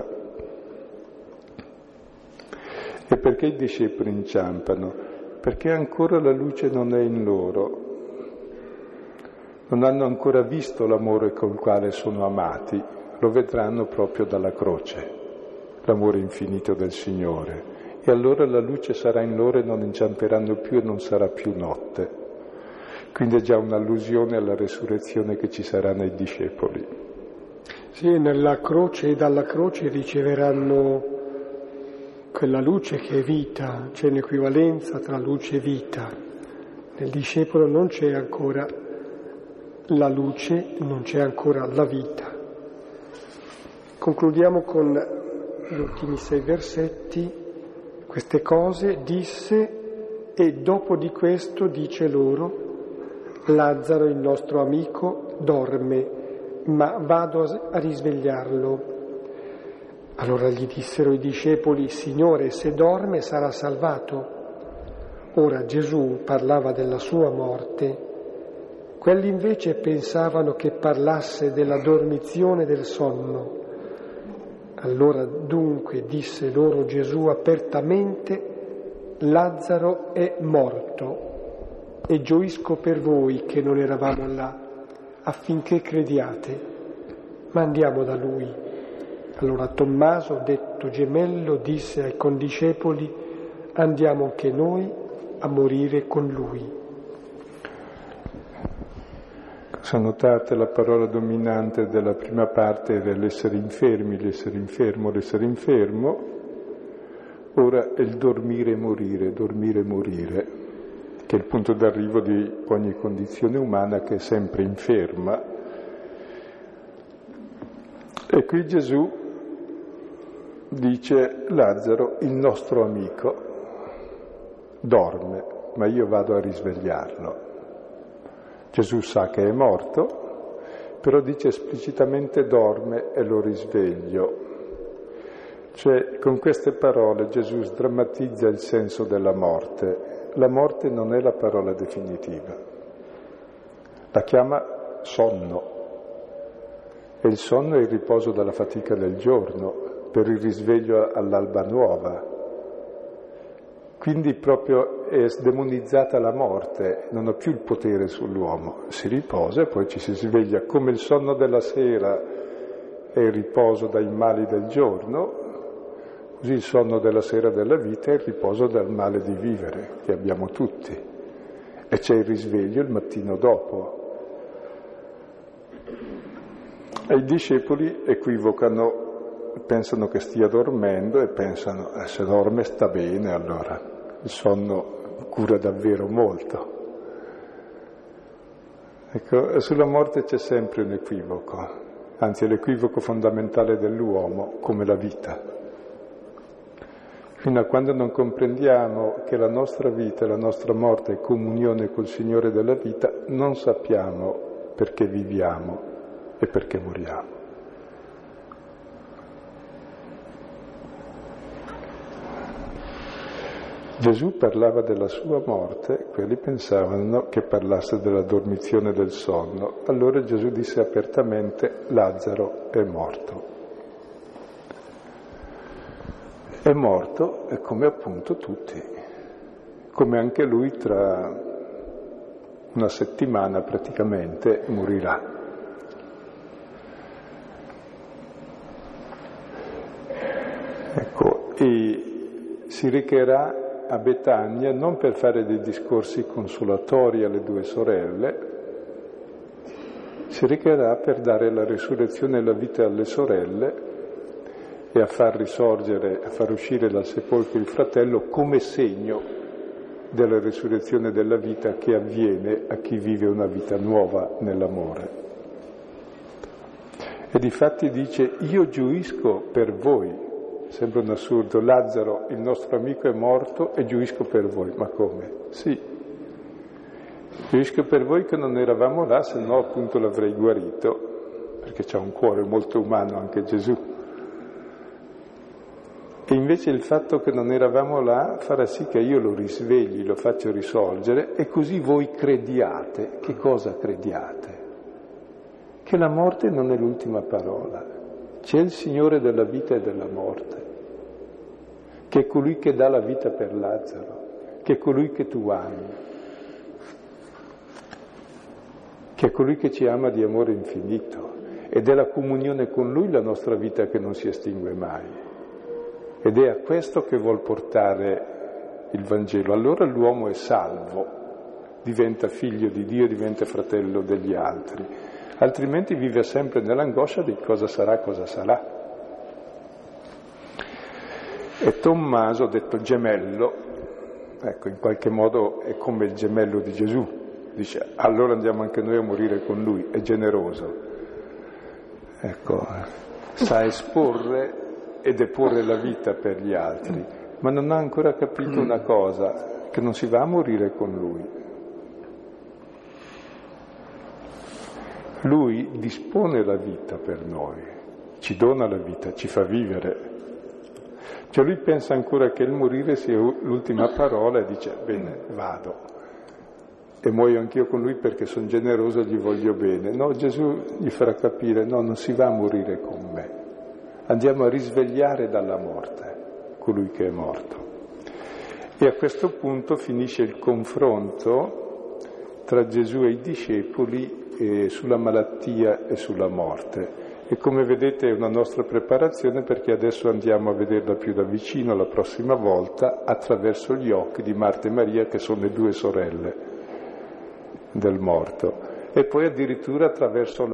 E perché i discepoli inciampano? Perché ancora la luce non è in loro, non hanno ancora visto l'amore col quale sono amati, lo vedranno proprio dalla croce, l'amore infinito del Signore. E allora la luce sarà in loro e non inciamperanno più e non sarà più notte. Quindi è già un'allusione alla resurrezione che ci sarà nei discepoli. Sì, nella croce e dalla croce riceveranno quella luce che è vita, c'è un'equivalenza tra luce e vita. Nel discepolo non c'è ancora la luce, non c'è ancora la vita. Concludiamo con gli ultimi 6 versetti. Queste cose disse e dopo di questo dice loro: Lazzaro, il nostro amico, dorme, ma vado a risvegliarlo. Allora gli dissero i discepoli: Signore, se dorme sarà salvato. Ora Gesù parlava della sua morte. Quelli invece pensavano che parlasse della dormizione del sonno. Allora dunque disse loro Gesù apertamente: Lazzaro è morto e gioisco per voi che non eravamo là, affinché crediate. Ma andiamo da lui. Allora Tommaso, detto gemello, disse ai condiscepoli: andiamo anche noi a morire con lui. Se notate, la parola dominante della prima parte è l'essere infermi, l'essere infermo, l'essere infermo. Ora è il dormire e morire, che è il punto d'arrivo di ogni condizione umana che è sempre inferma. E qui Gesù dice: Lazzaro, il nostro amico, dorme, ma io vado a risvegliarlo. Gesù sa che è morto, però dice esplicitamente dorme e lo risveglio. Cioè, con queste parole Gesù sdrammatizza il senso della morte. La morte non è la parola definitiva, la chiama sonno. E il sonno è il riposo dalla fatica del giorno, per il risveglio all'alba nuova. Quindi proprio è demonizzata la morte, non ha più il potere sull'uomo, si riposa e poi ci si sveglia, come il sonno della sera è il riposo dai mali del giorno, così il sonno della sera della vita è il riposo dal male di vivere, che abbiamo tutti, e c'è il risveglio il mattino dopo. E i discepoli equivocano, pensano che stia dormendo e pensano: se dorme sta bene, allora il sonno cura davvero molto. Ecco, sulla morte c'è sempre un equivoco, anzi è l'equivoco fondamentale dell'uomo, come la vita. Fino a quando non comprendiamo che la nostra vita e la nostra morte è comunione col Signore della vita, non sappiamo perché viviamo e perché moriamo. Gesù parlava della sua morte, quelli pensavano che parlasse della dormizione del sonno. Allora Gesù disse apertamente: Lazzaro è morto. È morto e come appunto tutti, come anche lui tra una settimana praticamente morirà. Ecco, e si recherà a Betania non per fare dei discorsi consolatori alle 2 sorelle, si recherà per dare la resurrezione e la vita alle sorelle e a far risorgere, a far uscire dal sepolcro il fratello come segno della risurrezione della vita che avviene a chi vive una vita nuova nell'amore. E difatti dice: io giuisco per voi. Sembra un assurdo, Lazzaro, il nostro amico, è morto e giuisco per voi. Ma come? Sì, giuisco per voi che non eravamo là, se no appunto l'avrei guarito, perché c'ha un cuore molto umano anche Gesù. E invece il fatto che non eravamo là farà sì che io lo risvegli, lo faccio risorgere, e così voi crediate. Che cosa crediate? Che la morte non è l'ultima parola. C'è il Signore della vita e della morte, che è colui che dà la vita per Lazzaro, che è colui che tu ami, che è colui che ci ama di amore infinito, ed è la comunione con Lui la nostra vita che non si estingue mai. Ed è a questo che vuol portare il Vangelo. Allora l'uomo è salvo, diventa figlio di Dio, diventa fratello degli altri, altrimenti vive sempre nell'angoscia di cosa sarà, cosa sarà. E Tommaso, detto gemello, ecco, in qualche modo è come il gemello di Gesù, dice: allora andiamo anche noi a morire con lui, è generoso, ecco, sa esporre e deporre la vita per gli altri, ma non ha ancora capito una cosa, che non si va a morire con lui. Lui dispone la vita per noi, ci dona la vita, ci fa vivere. Cioè lui pensa ancora che il morire sia l'ultima parola e dice: bene, vado e muoio anch'io con lui perché sono generoso e gli voglio bene. No, Gesù gli farà capire: no, non si va a morire con me, andiamo a risvegliare dalla morte colui che è morto. E a questo punto finisce il confronto tra Gesù e i discepoli sulla malattia e sulla morte. E come vedete è una nostra preparazione, perché adesso andiamo a vederla più da vicino la prossima volta attraverso gli occhi di Marta e Maria, che sono le due sorelle del morto, e poi addirittura attraverso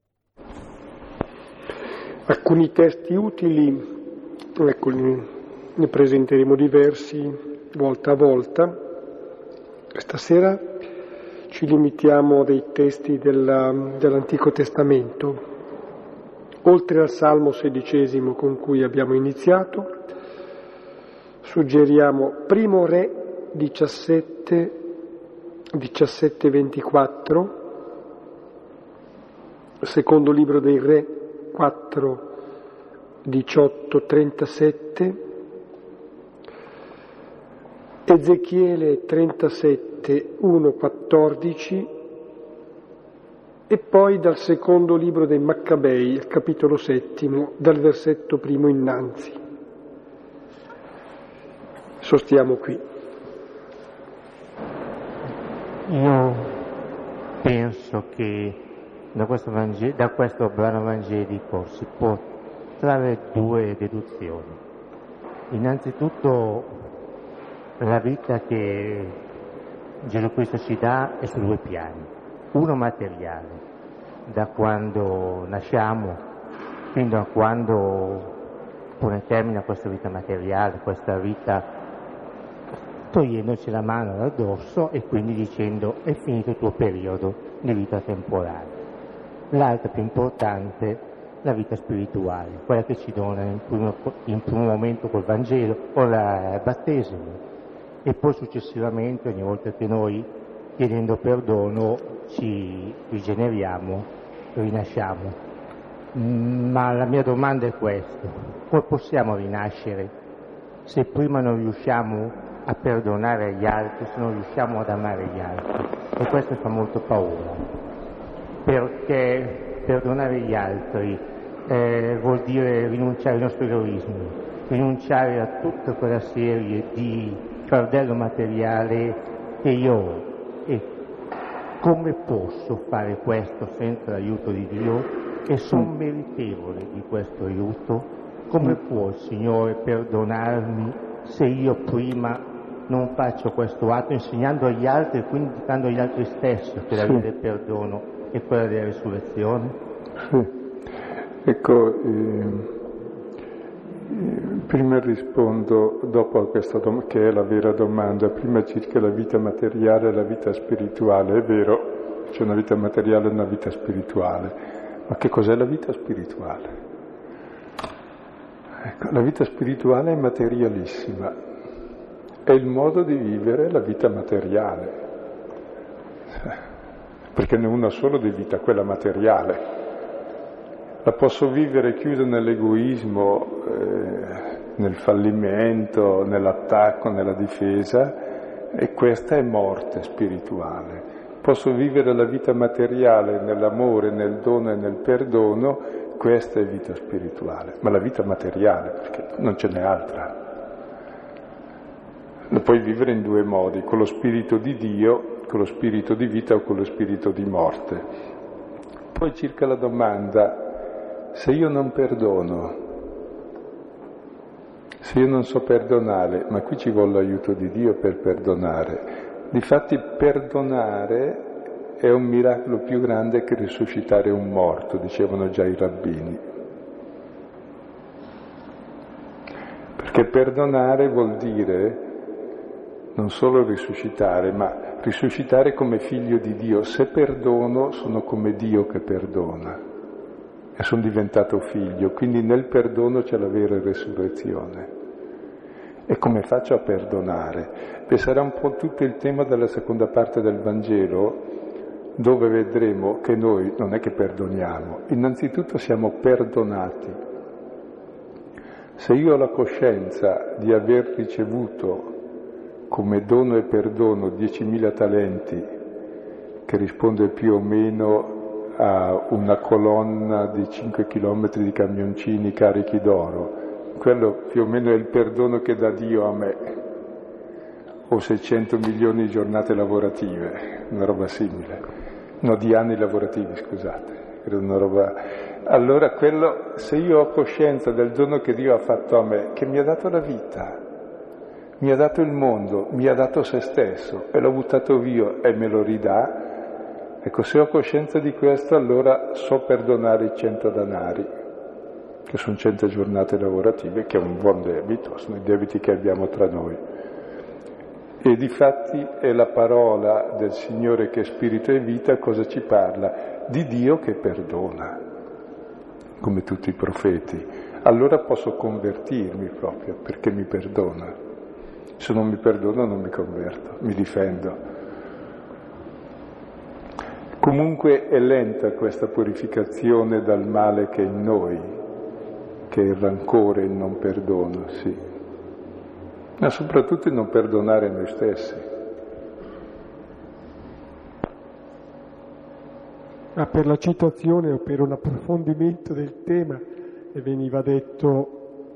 alcuni testi utili, ecco, ne presenteremo diversi volta a volta. Stasera ci limitiamo a dei testi dell'Antico Testamento. Oltre al Salmo 16 con cui abbiamo iniziato, suggeriamo Primo Re 17-24, Secondo Libro dei Re 4-18-37, Ezechiele 37-1-14, e poi dal secondo libro dei Maccabei, il capitolo 7, dal versetto 1 innanzi. Sostiamo qui. Io penso che da questo brano evangelico si può trarre due deduzioni. Innanzitutto, la vita che Gesù Cristo ci dà è su due piani. Uno materiale, da quando nasciamo fino a quando pone termine a questa vita materiale, questa vita togliendoci la mano dal dorso e quindi dicendo: è finito il tuo periodo di vita temporale. L'altra, più importante, la vita spirituale, quella che ci dona in primo momento col Vangelo o il battesimo, e poi successivamente, ogni volta che noi, chiedendo perdono, ci rigeneriamo, rinasciamo. Ma la mia domanda è questa: come possiamo rinascere se prima non riusciamo a perdonare gli altri, se non riusciamo ad amare gli altri? E questo fa molto paura, perché perdonare gli altri vuol dire rinunciare ai nostri egoismi, rinunciare a tutta quella serie di fardello materiale che io ho. E come posso fare questo senza l'aiuto di Dio? E sono meritevole di questo aiuto? Come può il Signore perdonarmi se io prima non faccio questo atto, insegnando agli altri e quindi indicando agli altri stessi che la via del perdono è quella della risurrezione? Ecco, Prima rispondo, dopo a questa domanda, che è la vera domanda, prima circa la vita materiale e la vita spirituale. È vero, c'è una vita materiale e una vita spirituale, ma che cos'è la vita spirituale? Ecco, la vita spirituale è materialissima, è il modo di vivere la vita materiale, perché ne è una solo di vita, quella materiale. La posso vivere chiusa nell'egoismo, nel fallimento, nell'attacco, nella difesa, e questa è morte spirituale. Posso vivere la vita materiale nell'amore, nel dono e nel perdono, questa è vita spirituale. Ma la vita materiale, perché non ce n'è altra. Lo puoi vivere in due modi, con lo spirito di Dio, con lo spirito di vita o con lo spirito di morte. Poi circa la domanda, se io non perdono, se io non so perdonare, ma qui ci vuole l'aiuto di Dio per perdonare. Difatti perdonare è un miracolo più grande che risuscitare un morto, dicevano già i rabbini. Perché perdonare vuol dire non solo risuscitare, ma risuscitare come figlio di Dio. Se perdono, sono come Dio che perdona. E sono diventato figlio, quindi nel perdono c'è la vera resurrezione. E come faccio a perdonare? Beh, sarà un po' tutto il tema della seconda parte del Vangelo, dove vedremo che noi non è che perdoniamo, innanzitutto siamo perdonati. Se io ho la coscienza di aver ricevuto come dono e perdono 10.000 talenti, che risponde più o meno a una colonna di 5 chilometri di camioncini carichi d'oro, quello più o meno è il perdono che dà Dio a me, o 600 milioni di giornate lavorative, una roba simile, no, di anni lavorativi, scusate, era una roba. Allora quello, se io ho coscienza del dono che Dio ha fatto a me, che mi ha dato la vita, mi ha dato il mondo, mi ha dato se stesso e l'ho buttato via e me lo ridà. Ecco, se ho coscienza di questo, allora so perdonare i 100 danari, che sono 100 giornate lavorative, che è un buon debito, sono i debiti che abbiamo tra noi. E difatti è la parola del Signore che è spirito e vita, cosa ci parla? Di Dio che perdona, come tutti i profeti. Allora posso convertirmi proprio, perché mi perdona. Se non mi perdono non mi converto, mi difendo. Comunque è lenta questa purificazione dal male che è in noi, che è il rancore, il non perdono, sì. Ma soprattutto il non perdonare noi stessi. Ma per la citazione o per un approfondimento del tema, veniva detto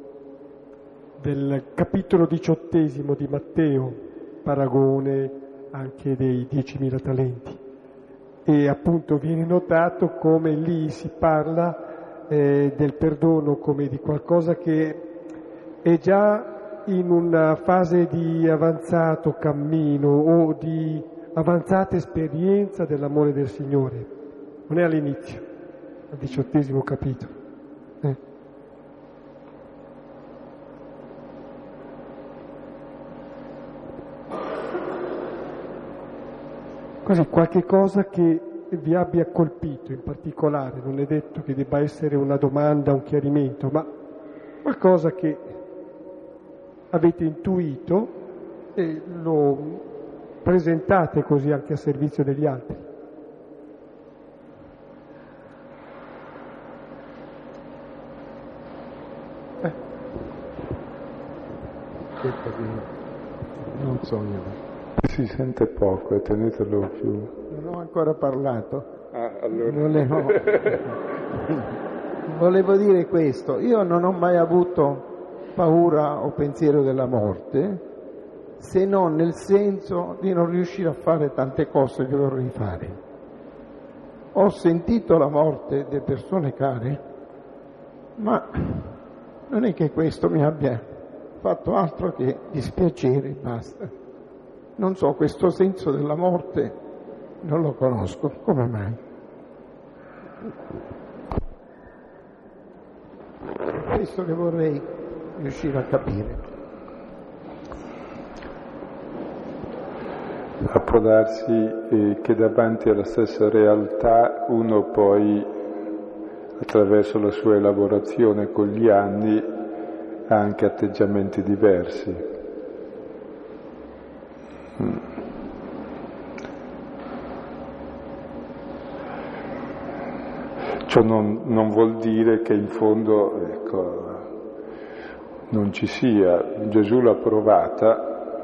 del capitolo 18 di Matteo, paragone anche dei 10.000 talenti. E appunto viene notato come lì si parla del perdono come di qualcosa che è già in una fase di avanzato cammino o di avanzata esperienza dell'amore del Signore, non è all'inizio, al 18 capitolo. Così, qualche cosa che vi abbia colpito in particolare, non è detto che debba essere una domanda, un chiarimento, ma qualcosa che avete intuito e lo presentate così anche a servizio degli altri. Non so io. Si sente poco, tenetelo più. Non ho ancora parlato. Allora. Volevo dire questo, io non ho mai avuto paura o pensiero della morte, se non nel senso di non riuscire a fare tante cose che vorrei fare. Ho sentito la morte delle persone care, ma non è che questo mi abbia fatto altro che dispiacere, basta. Non so, questo senso della morte non lo conosco, come mai? Questo che vorrei riuscire a capire. Può darsi che davanti alla stessa realtà uno poi, attraverso la sua elaborazione con gli anni, ha anche atteggiamenti diversi. Ciò non vuol dire che in fondo, ecco, non ci sia. Gesù l'ha provata,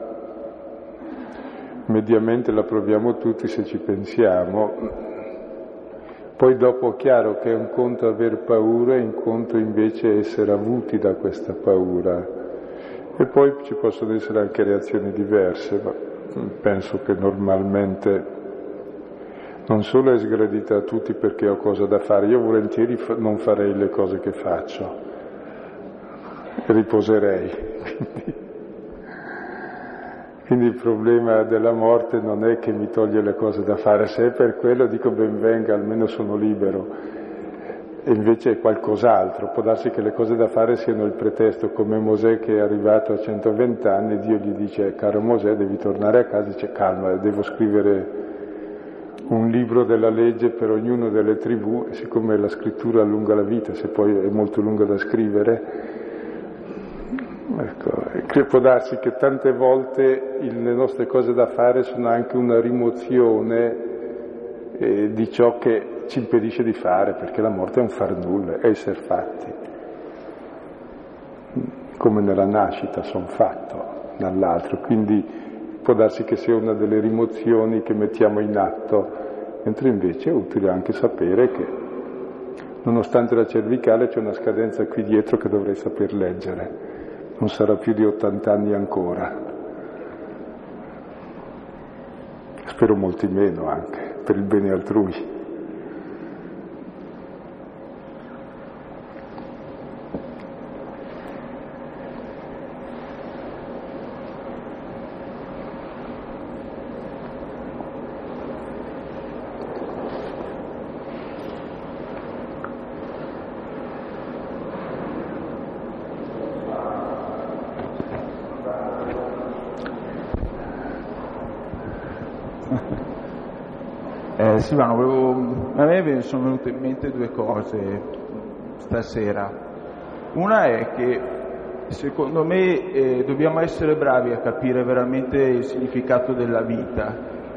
mediamente la proviamo tutti se ci pensiamo, poi dopo è chiaro che è un conto aver paura e un conto invece essere avuti da questa paura, e poi ci possono essere anche reazioni diverse, ma penso che normalmente non solo è sgradita a tutti perché ho cosa da fare, io volentieri non farei le cose che faccio, riposerei. Quindi il problema della morte non è che mi toglie le cose da fare, se è per quello dico ben venga, almeno sono libero, e invece è qualcos'altro. Può darsi che le cose da fare siano il pretesto, come Mosè che è arrivato a 120 anni, Dio gli dice: caro Mosè, devi tornare a casa, dice: calma, devo scrivere un libro della legge per ognuno delle tribù, e siccome la scrittura allunga la vita, se poi è molto lunga da scrivere, ecco, può darsi che tante volte le nostre cose da fare sono anche una rimozione di ciò che ci impedisce di fare, perché la morte è un far nulla, è essere fatti. Come nella nascita sono fatto dall'altro, quindi può darsi che sia una delle rimozioni che mettiamo in atto, mentre invece è utile anche sapere che nonostante la cervicale c'è una scadenza qui dietro che dovrei saper leggere. Non sarà più di 80 anni ancora. Spero molti meno anche, per il bene altrui. Silvano, a me sono venute in mente due cose stasera. Una è che secondo me dobbiamo essere bravi a capire veramente il significato della vita,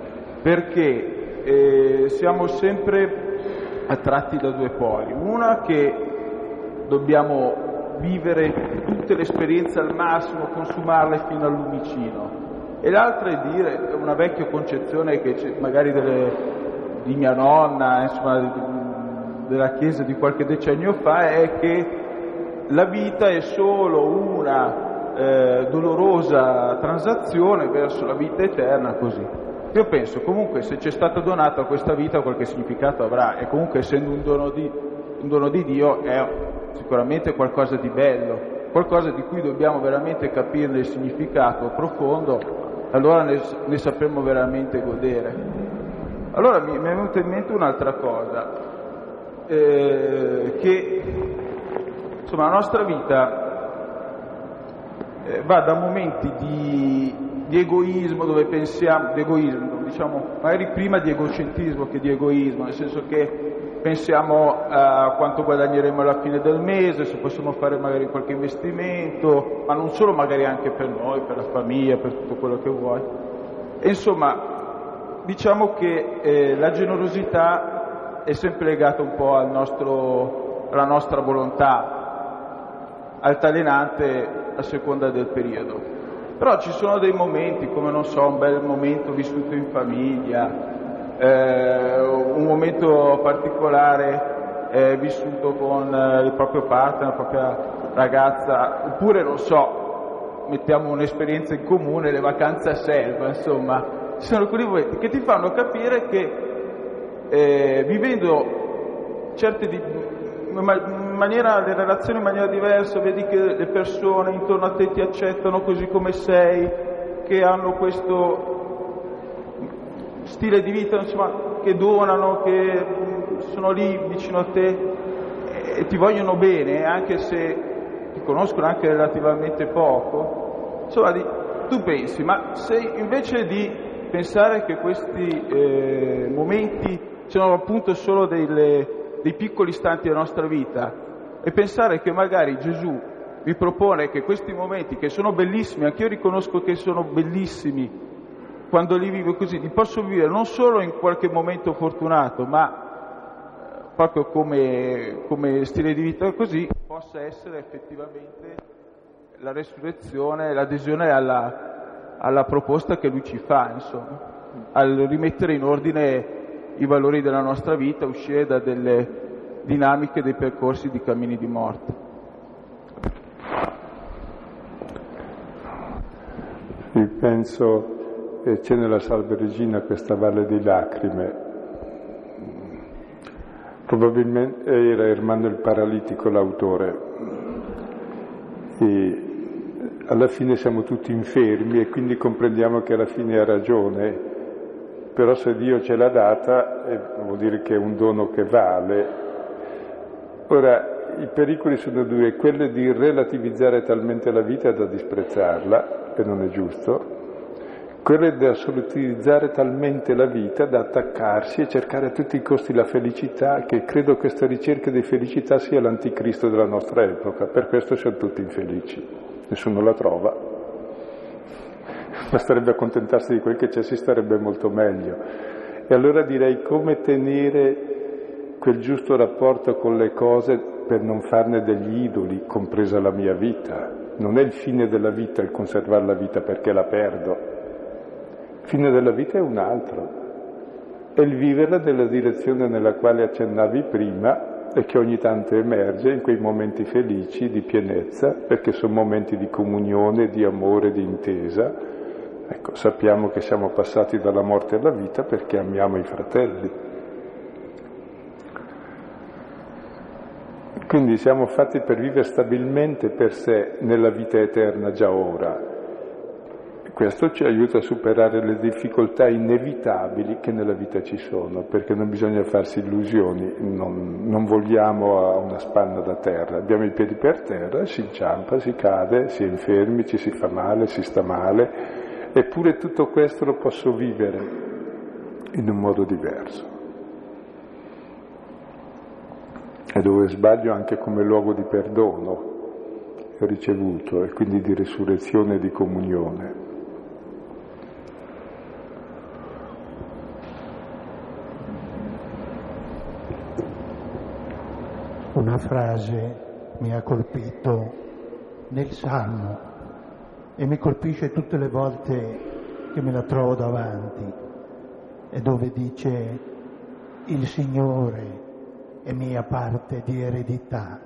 perché siamo sempre attratti da due poli. Una, che dobbiamo vivere tutte le esperienze al massimo, consumarle fino al lumicino, e l'altra è dire, una vecchia concezione che c'è magari di mia nonna, insomma, della Chiesa di qualche decennio fa, è che la vita è solo una dolorosa transazione verso la vita eterna, così. Io penso comunque se ci è stata donata questa vita qualche significato avrà, e comunque essendo un dono di Dio è sicuramente qualcosa di bello, qualcosa di cui dobbiamo veramente capire il significato profondo, allora ne sapremo veramente godere. Allora mi è venuta in mente un'altra cosa, che insomma la nostra vita va da momenti di egoismo, dove pensiamo, diciamo magari prima di egocentrismo che di egoismo, nel senso che pensiamo a quanto guadagneremo alla fine del mese, se possiamo fare magari qualche investimento, ma non solo, magari anche per noi, per la famiglia, per tutto quello che vuoi. E insomma, diciamo che la generosità è sempre legata un po' alla nostra volontà, altalenante a seconda del periodo. Però ci sono dei momenti, come non so, un bel momento vissuto in famiglia, un momento particolare vissuto con il proprio partner, la propria ragazza, oppure non so, mettiamo un'esperienza in comune, le vacanze a Selva, insomma. Ci sono quei momenti che ti fanno capire che vivendo le relazioni in maniera diversa, vedi che le persone intorno a te ti accettano così come sei, che hanno questo stile di vita, insomma, che donano, che sono lì vicino a te e ti vogliono bene, anche se ti conoscono anche relativamente poco, insomma, tu pensi, ma se invece di pensare che questi momenti sono appunto solo dei piccoli istanti della nostra vita, e pensare che magari Gesù mi propone che questi momenti, che sono bellissimi, anche io riconosco che sono bellissimi, quando li vivo così, li posso vivere non solo in qualche momento fortunato, ma proprio come stile di vita così, possa essere effettivamente la resurrezione, l'adesione alla proposta che lui ci fa, insomma, al rimettere in ordine i valori della nostra vita, uscire da delle dinamiche, dei percorsi di cammini di morte. Sì, penso che c'è nella Salve Regina questa valle di lacrime. Probabilmente era Ermanno il Paralitico l'autore. E alla fine siamo tutti infermi e quindi comprendiamo che alla fine ha ragione, però se Dio ce l'ha data vuol dire che è un dono che vale. Ora, i pericoli sono due: quello di relativizzare talmente la vita da disprezzarla, e non è giusto, quello di assolutizzare talmente la vita da attaccarsi e cercare a tutti i costi la felicità, che credo questa ricerca di felicità sia l'anticristo della nostra epoca, per questo siamo tutti infelici, nessuno la trova. Basterebbe accontentarsi di quel che c'è, si starebbe molto meglio. E allora direi: come tenere quel giusto rapporto con le cose per non farne degli idoli, compresa la mia vita. Non è il fine della vita il conservare la vita perché la perdo. Il fine della vita è un altro, è il viverla nella direzione nella quale accennavi prima e che ogni tanto emerge in quei momenti felici di pienezza, perché sono momenti di comunione, di amore, di intesa. Ecco, sappiamo che siamo passati dalla morte alla vita perché amiamo i fratelli. Quindi siamo fatti per vivere stabilmente per sé nella vita eterna già ora. Questo ci aiuta a superare le difficoltà inevitabili che nella vita ci sono, perché non bisogna farsi illusioni, non vogliamo a una spanna da terra, abbiamo i piedi per terra, si inciampa, si cade, si è infermi, ci si fa male, si sta male, eppure tutto questo lo posso vivere in un modo diverso. E dove sbaglio anche come luogo di perdono ricevuto e quindi di resurrezione e di comunione. Una frase mi ha colpito nel Salmo e mi colpisce tutte le volte che me la trovo davanti, è dove dice: il Signore è mia parte di eredità.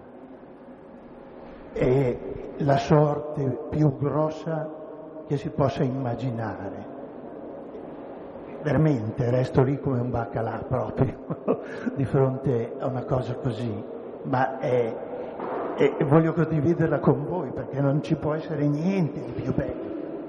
È la sorte più grossa che si possa immaginare. Veramente resto lì come un baccalà proprio di fronte a una cosa così, ma voglio condividerla con voi perché non ci può essere niente di più bello.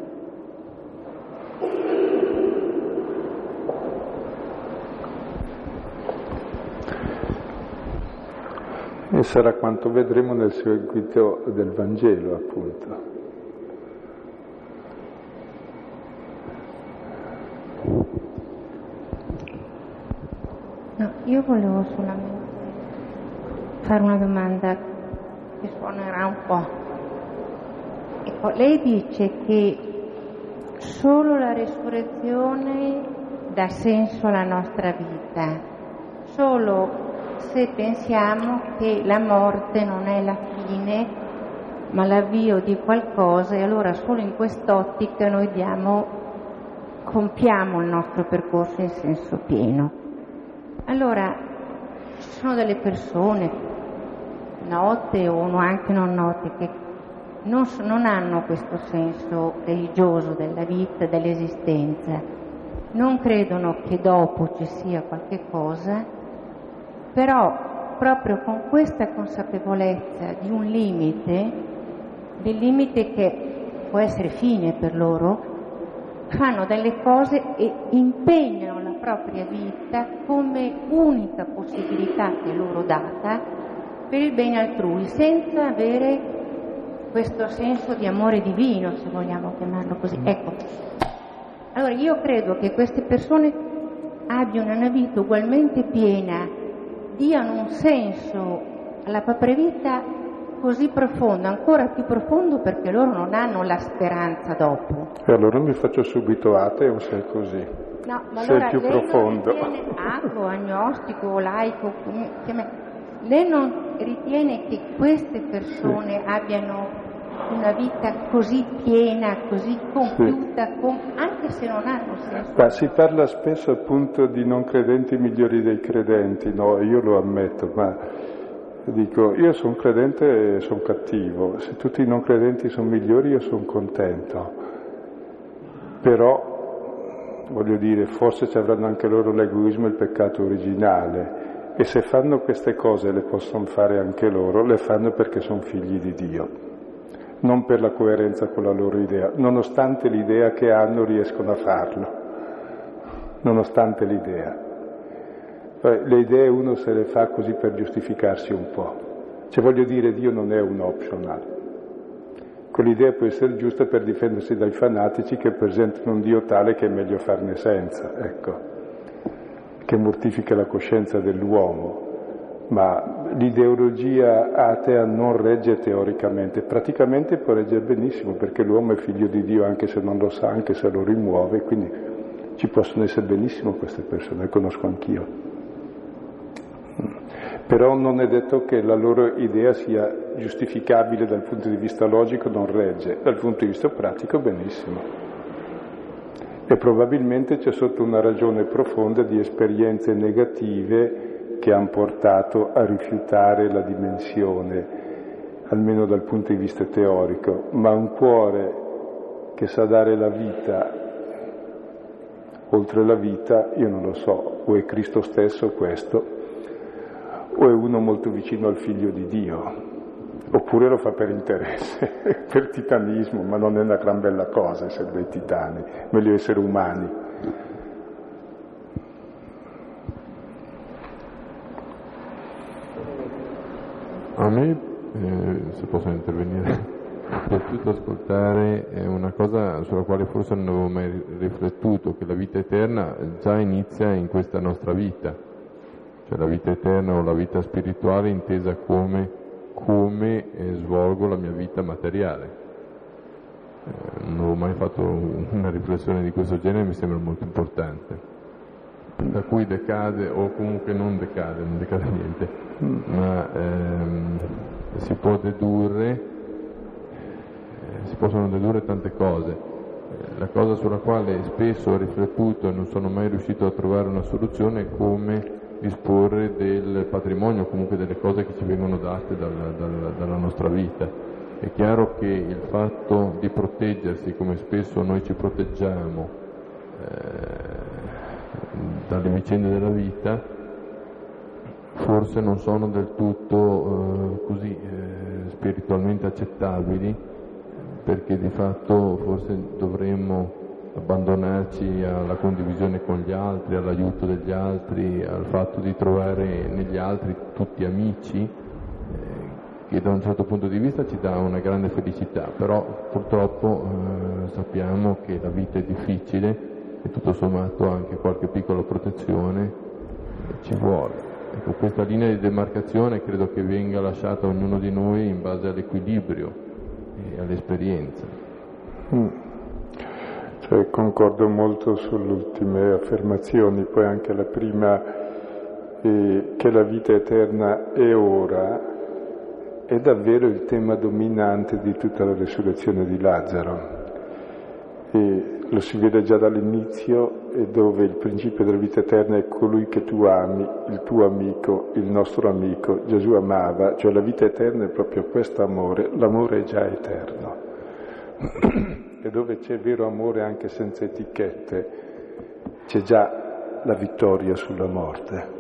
E sarà quanto vedremo nel seguito del Vangelo, appunto. No, io volevo solamente fare una domanda che suonerà un po'. Ecco, lei dice che solo la resurrezione dà senso alla nostra vita, solo se pensiamo che la morte non è la fine, ma l'avvio di qualcosa, e allora solo in quest'ottica noi compiamo il nostro percorso in senso pieno. Allora, ci sono delle persone, note o anche non note, che non hanno questo senso religioso della vita, dell'esistenza, non credono che dopo ci sia qualche cosa, però proprio con questa consapevolezza di un limite, del limite che può essere fine per loro, fanno delle cose e impegnano la propria vita come unica possibilità che è loro data per il bene altrui, senza avere questo senso di amore divino, se vogliamo chiamarlo così. Ecco, allora io credo che queste persone abbiano una vita ugualmente piena, diano un senso alla propria vita così profondo, ancora più profondo, perché loro non hanno la speranza dopo. E allora mi faccio subito ateo se è così. No, ma se allora è più lei profondo. non ritiene ateo, agnostico, laico, lei non ritiene che queste persone abbiano una vita così piena, così compiuta, anche se non hanno senso? Ma si parla spesso appunto di non credenti migliori dei credenti, no? Io lo ammetto, ma dico, io sono credente e sono cattivo, se tutti i non credenti sono migliori io sono contento, però voglio dire, forse ci avranno anche loro l'egoismo e il peccato originale, e se fanno queste cose, le possono fare anche loro, le fanno perché sono figli di Dio, non per la coerenza con la loro idea, nonostante l'idea che hanno riescono a farlo, nonostante l'idea. Poi, le idee uno se le fa così per giustificarsi un po', cioè voglio dire, Dio non è un optional, quell'idea può essere giusta per difendersi dai fanatici che presentano un Dio tale che è meglio farne senza, ecco, che mortifica la coscienza dell'uomo. Ma l'ideologia atea non regge teoricamente, praticamente può reggere benissimo, perché l'uomo è figlio di Dio anche se non lo sa, anche se lo rimuove, quindi ci possono essere benissimo queste persone, le conosco anch'io. Però non è detto che la loro idea sia giustificabile dal punto di vista logico, non regge, dal punto di vista pratico benissimo. E probabilmente c'è sotto una ragione profonda di esperienze negative che hanno portato a rifiutare la dimensione, almeno dal punto di vista teorico, ma un cuore che sa dare la vita oltre la vita, io non lo so, o è Cristo stesso questo, o è uno molto vicino al Figlio di Dio, oppure lo fa per interesse, per titanismo, ma non è una gran bella cosa essere dei titani, meglio essere umani. A me, se posso intervenire, è piaciuto ascoltare una cosa sulla quale forse non avevo mai riflettuto, che la vita eterna già inizia in questa nostra vita, cioè la vita eterna o la vita spirituale intesa come svolgo la mia vita materiale. Non avevo mai fatto una riflessione di questo genere, mi sembra molto importante. Da cui decade, o comunque non decade niente, ma si possono dedurre tante cose. La cosa sulla quale spesso ho riflettuto e non sono mai riuscito a trovare una soluzione è come disporre del patrimonio, comunque delle cose che ci vengono date dalla nostra vita. È chiaro che il fatto di proteggersi, come spesso noi ci proteggiamo dalle vicende della vita, forse non sono del tutto così spiritualmente accettabili, perché di fatto forse dovremmo abbandonarci alla condivisione con gli altri, all'aiuto degli altri, al fatto di trovare negli altri tutti amici, che da un certo punto di vista ci dà una grande felicità, però purtroppo sappiamo che la vita è difficile e tutto sommato anche qualche piccola protezione ci vuole. Ecco, questa linea di demarcazione credo che venga lasciata a ognuno di noi in base all'equilibrio e all'esperienza. Cioè, concordo molto sulle ultime affermazioni, poi anche la prima, che la vita eterna è ora, è davvero il tema dominante di tutta la resurrezione di Lazzaro. E lo si vede già dall'inizio, e dove il principio della vita eterna è colui che tu ami, il tuo amico, il nostro amico. Gesù amava, cioè la vita eterna è proprio questo amore, l'amore è già eterno. E dove c'è vero amore anche senza etichette, c'è già la vittoria sulla morte.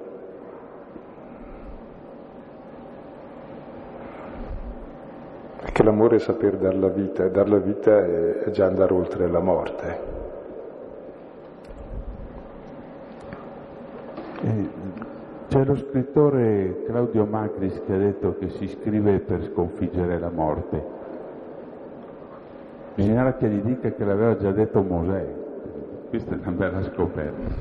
Perché l'amore è saper dar la vita, e dar la vita è già andare oltre la morte. C'è lo scrittore Claudio Macris che ha detto che si scrive per sconfiggere la morte. Bisognerà che gli dica che l'aveva già detto Mosè. Questa è una bella scoperta.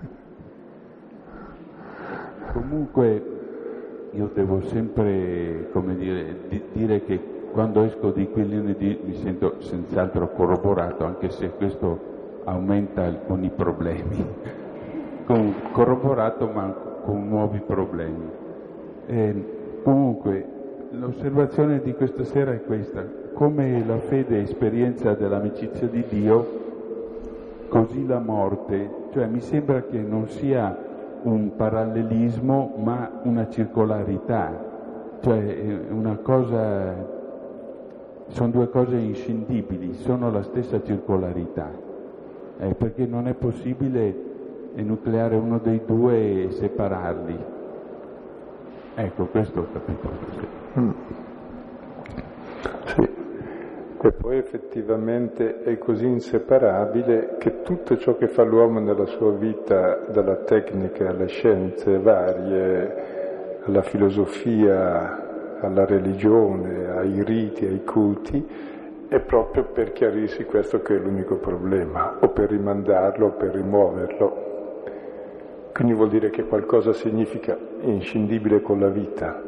Comunque io devo sempre, come dire che quando esco di quei lunedì mi sento senz'altro corroborato, anche se questo aumenta alcuni problemi. Corroborato ma con nuovi problemi. Comunque l'osservazione di questa sera è questa: come la fede è esperienza dell'amicizia di Dio, così la morte, cioè mi sembra che non sia un parallelismo ma una circolarità, cioè una cosa, sono due cose inscindibili, sono la stessa circolarità, perché non è possibile enucleare uno dei due e separarli. Ecco, questo ho capito. Sì, e poi effettivamente è così inseparabile che tutto ciò che fa l'uomo nella sua vita, dalla tecnica alle scienze varie, alla filosofia, alla religione, ai riti, ai culti, è proprio per chiarirsi questo che è l'unico problema, o per rimandarlo o per rimuoverlo. Quindi vuol dire che qualcosa significa inscindibile con la vita.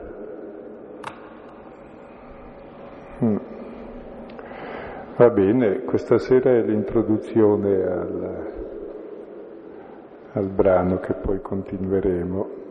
Va bene, questa sera è l'introduzione al brano che poi continueremo.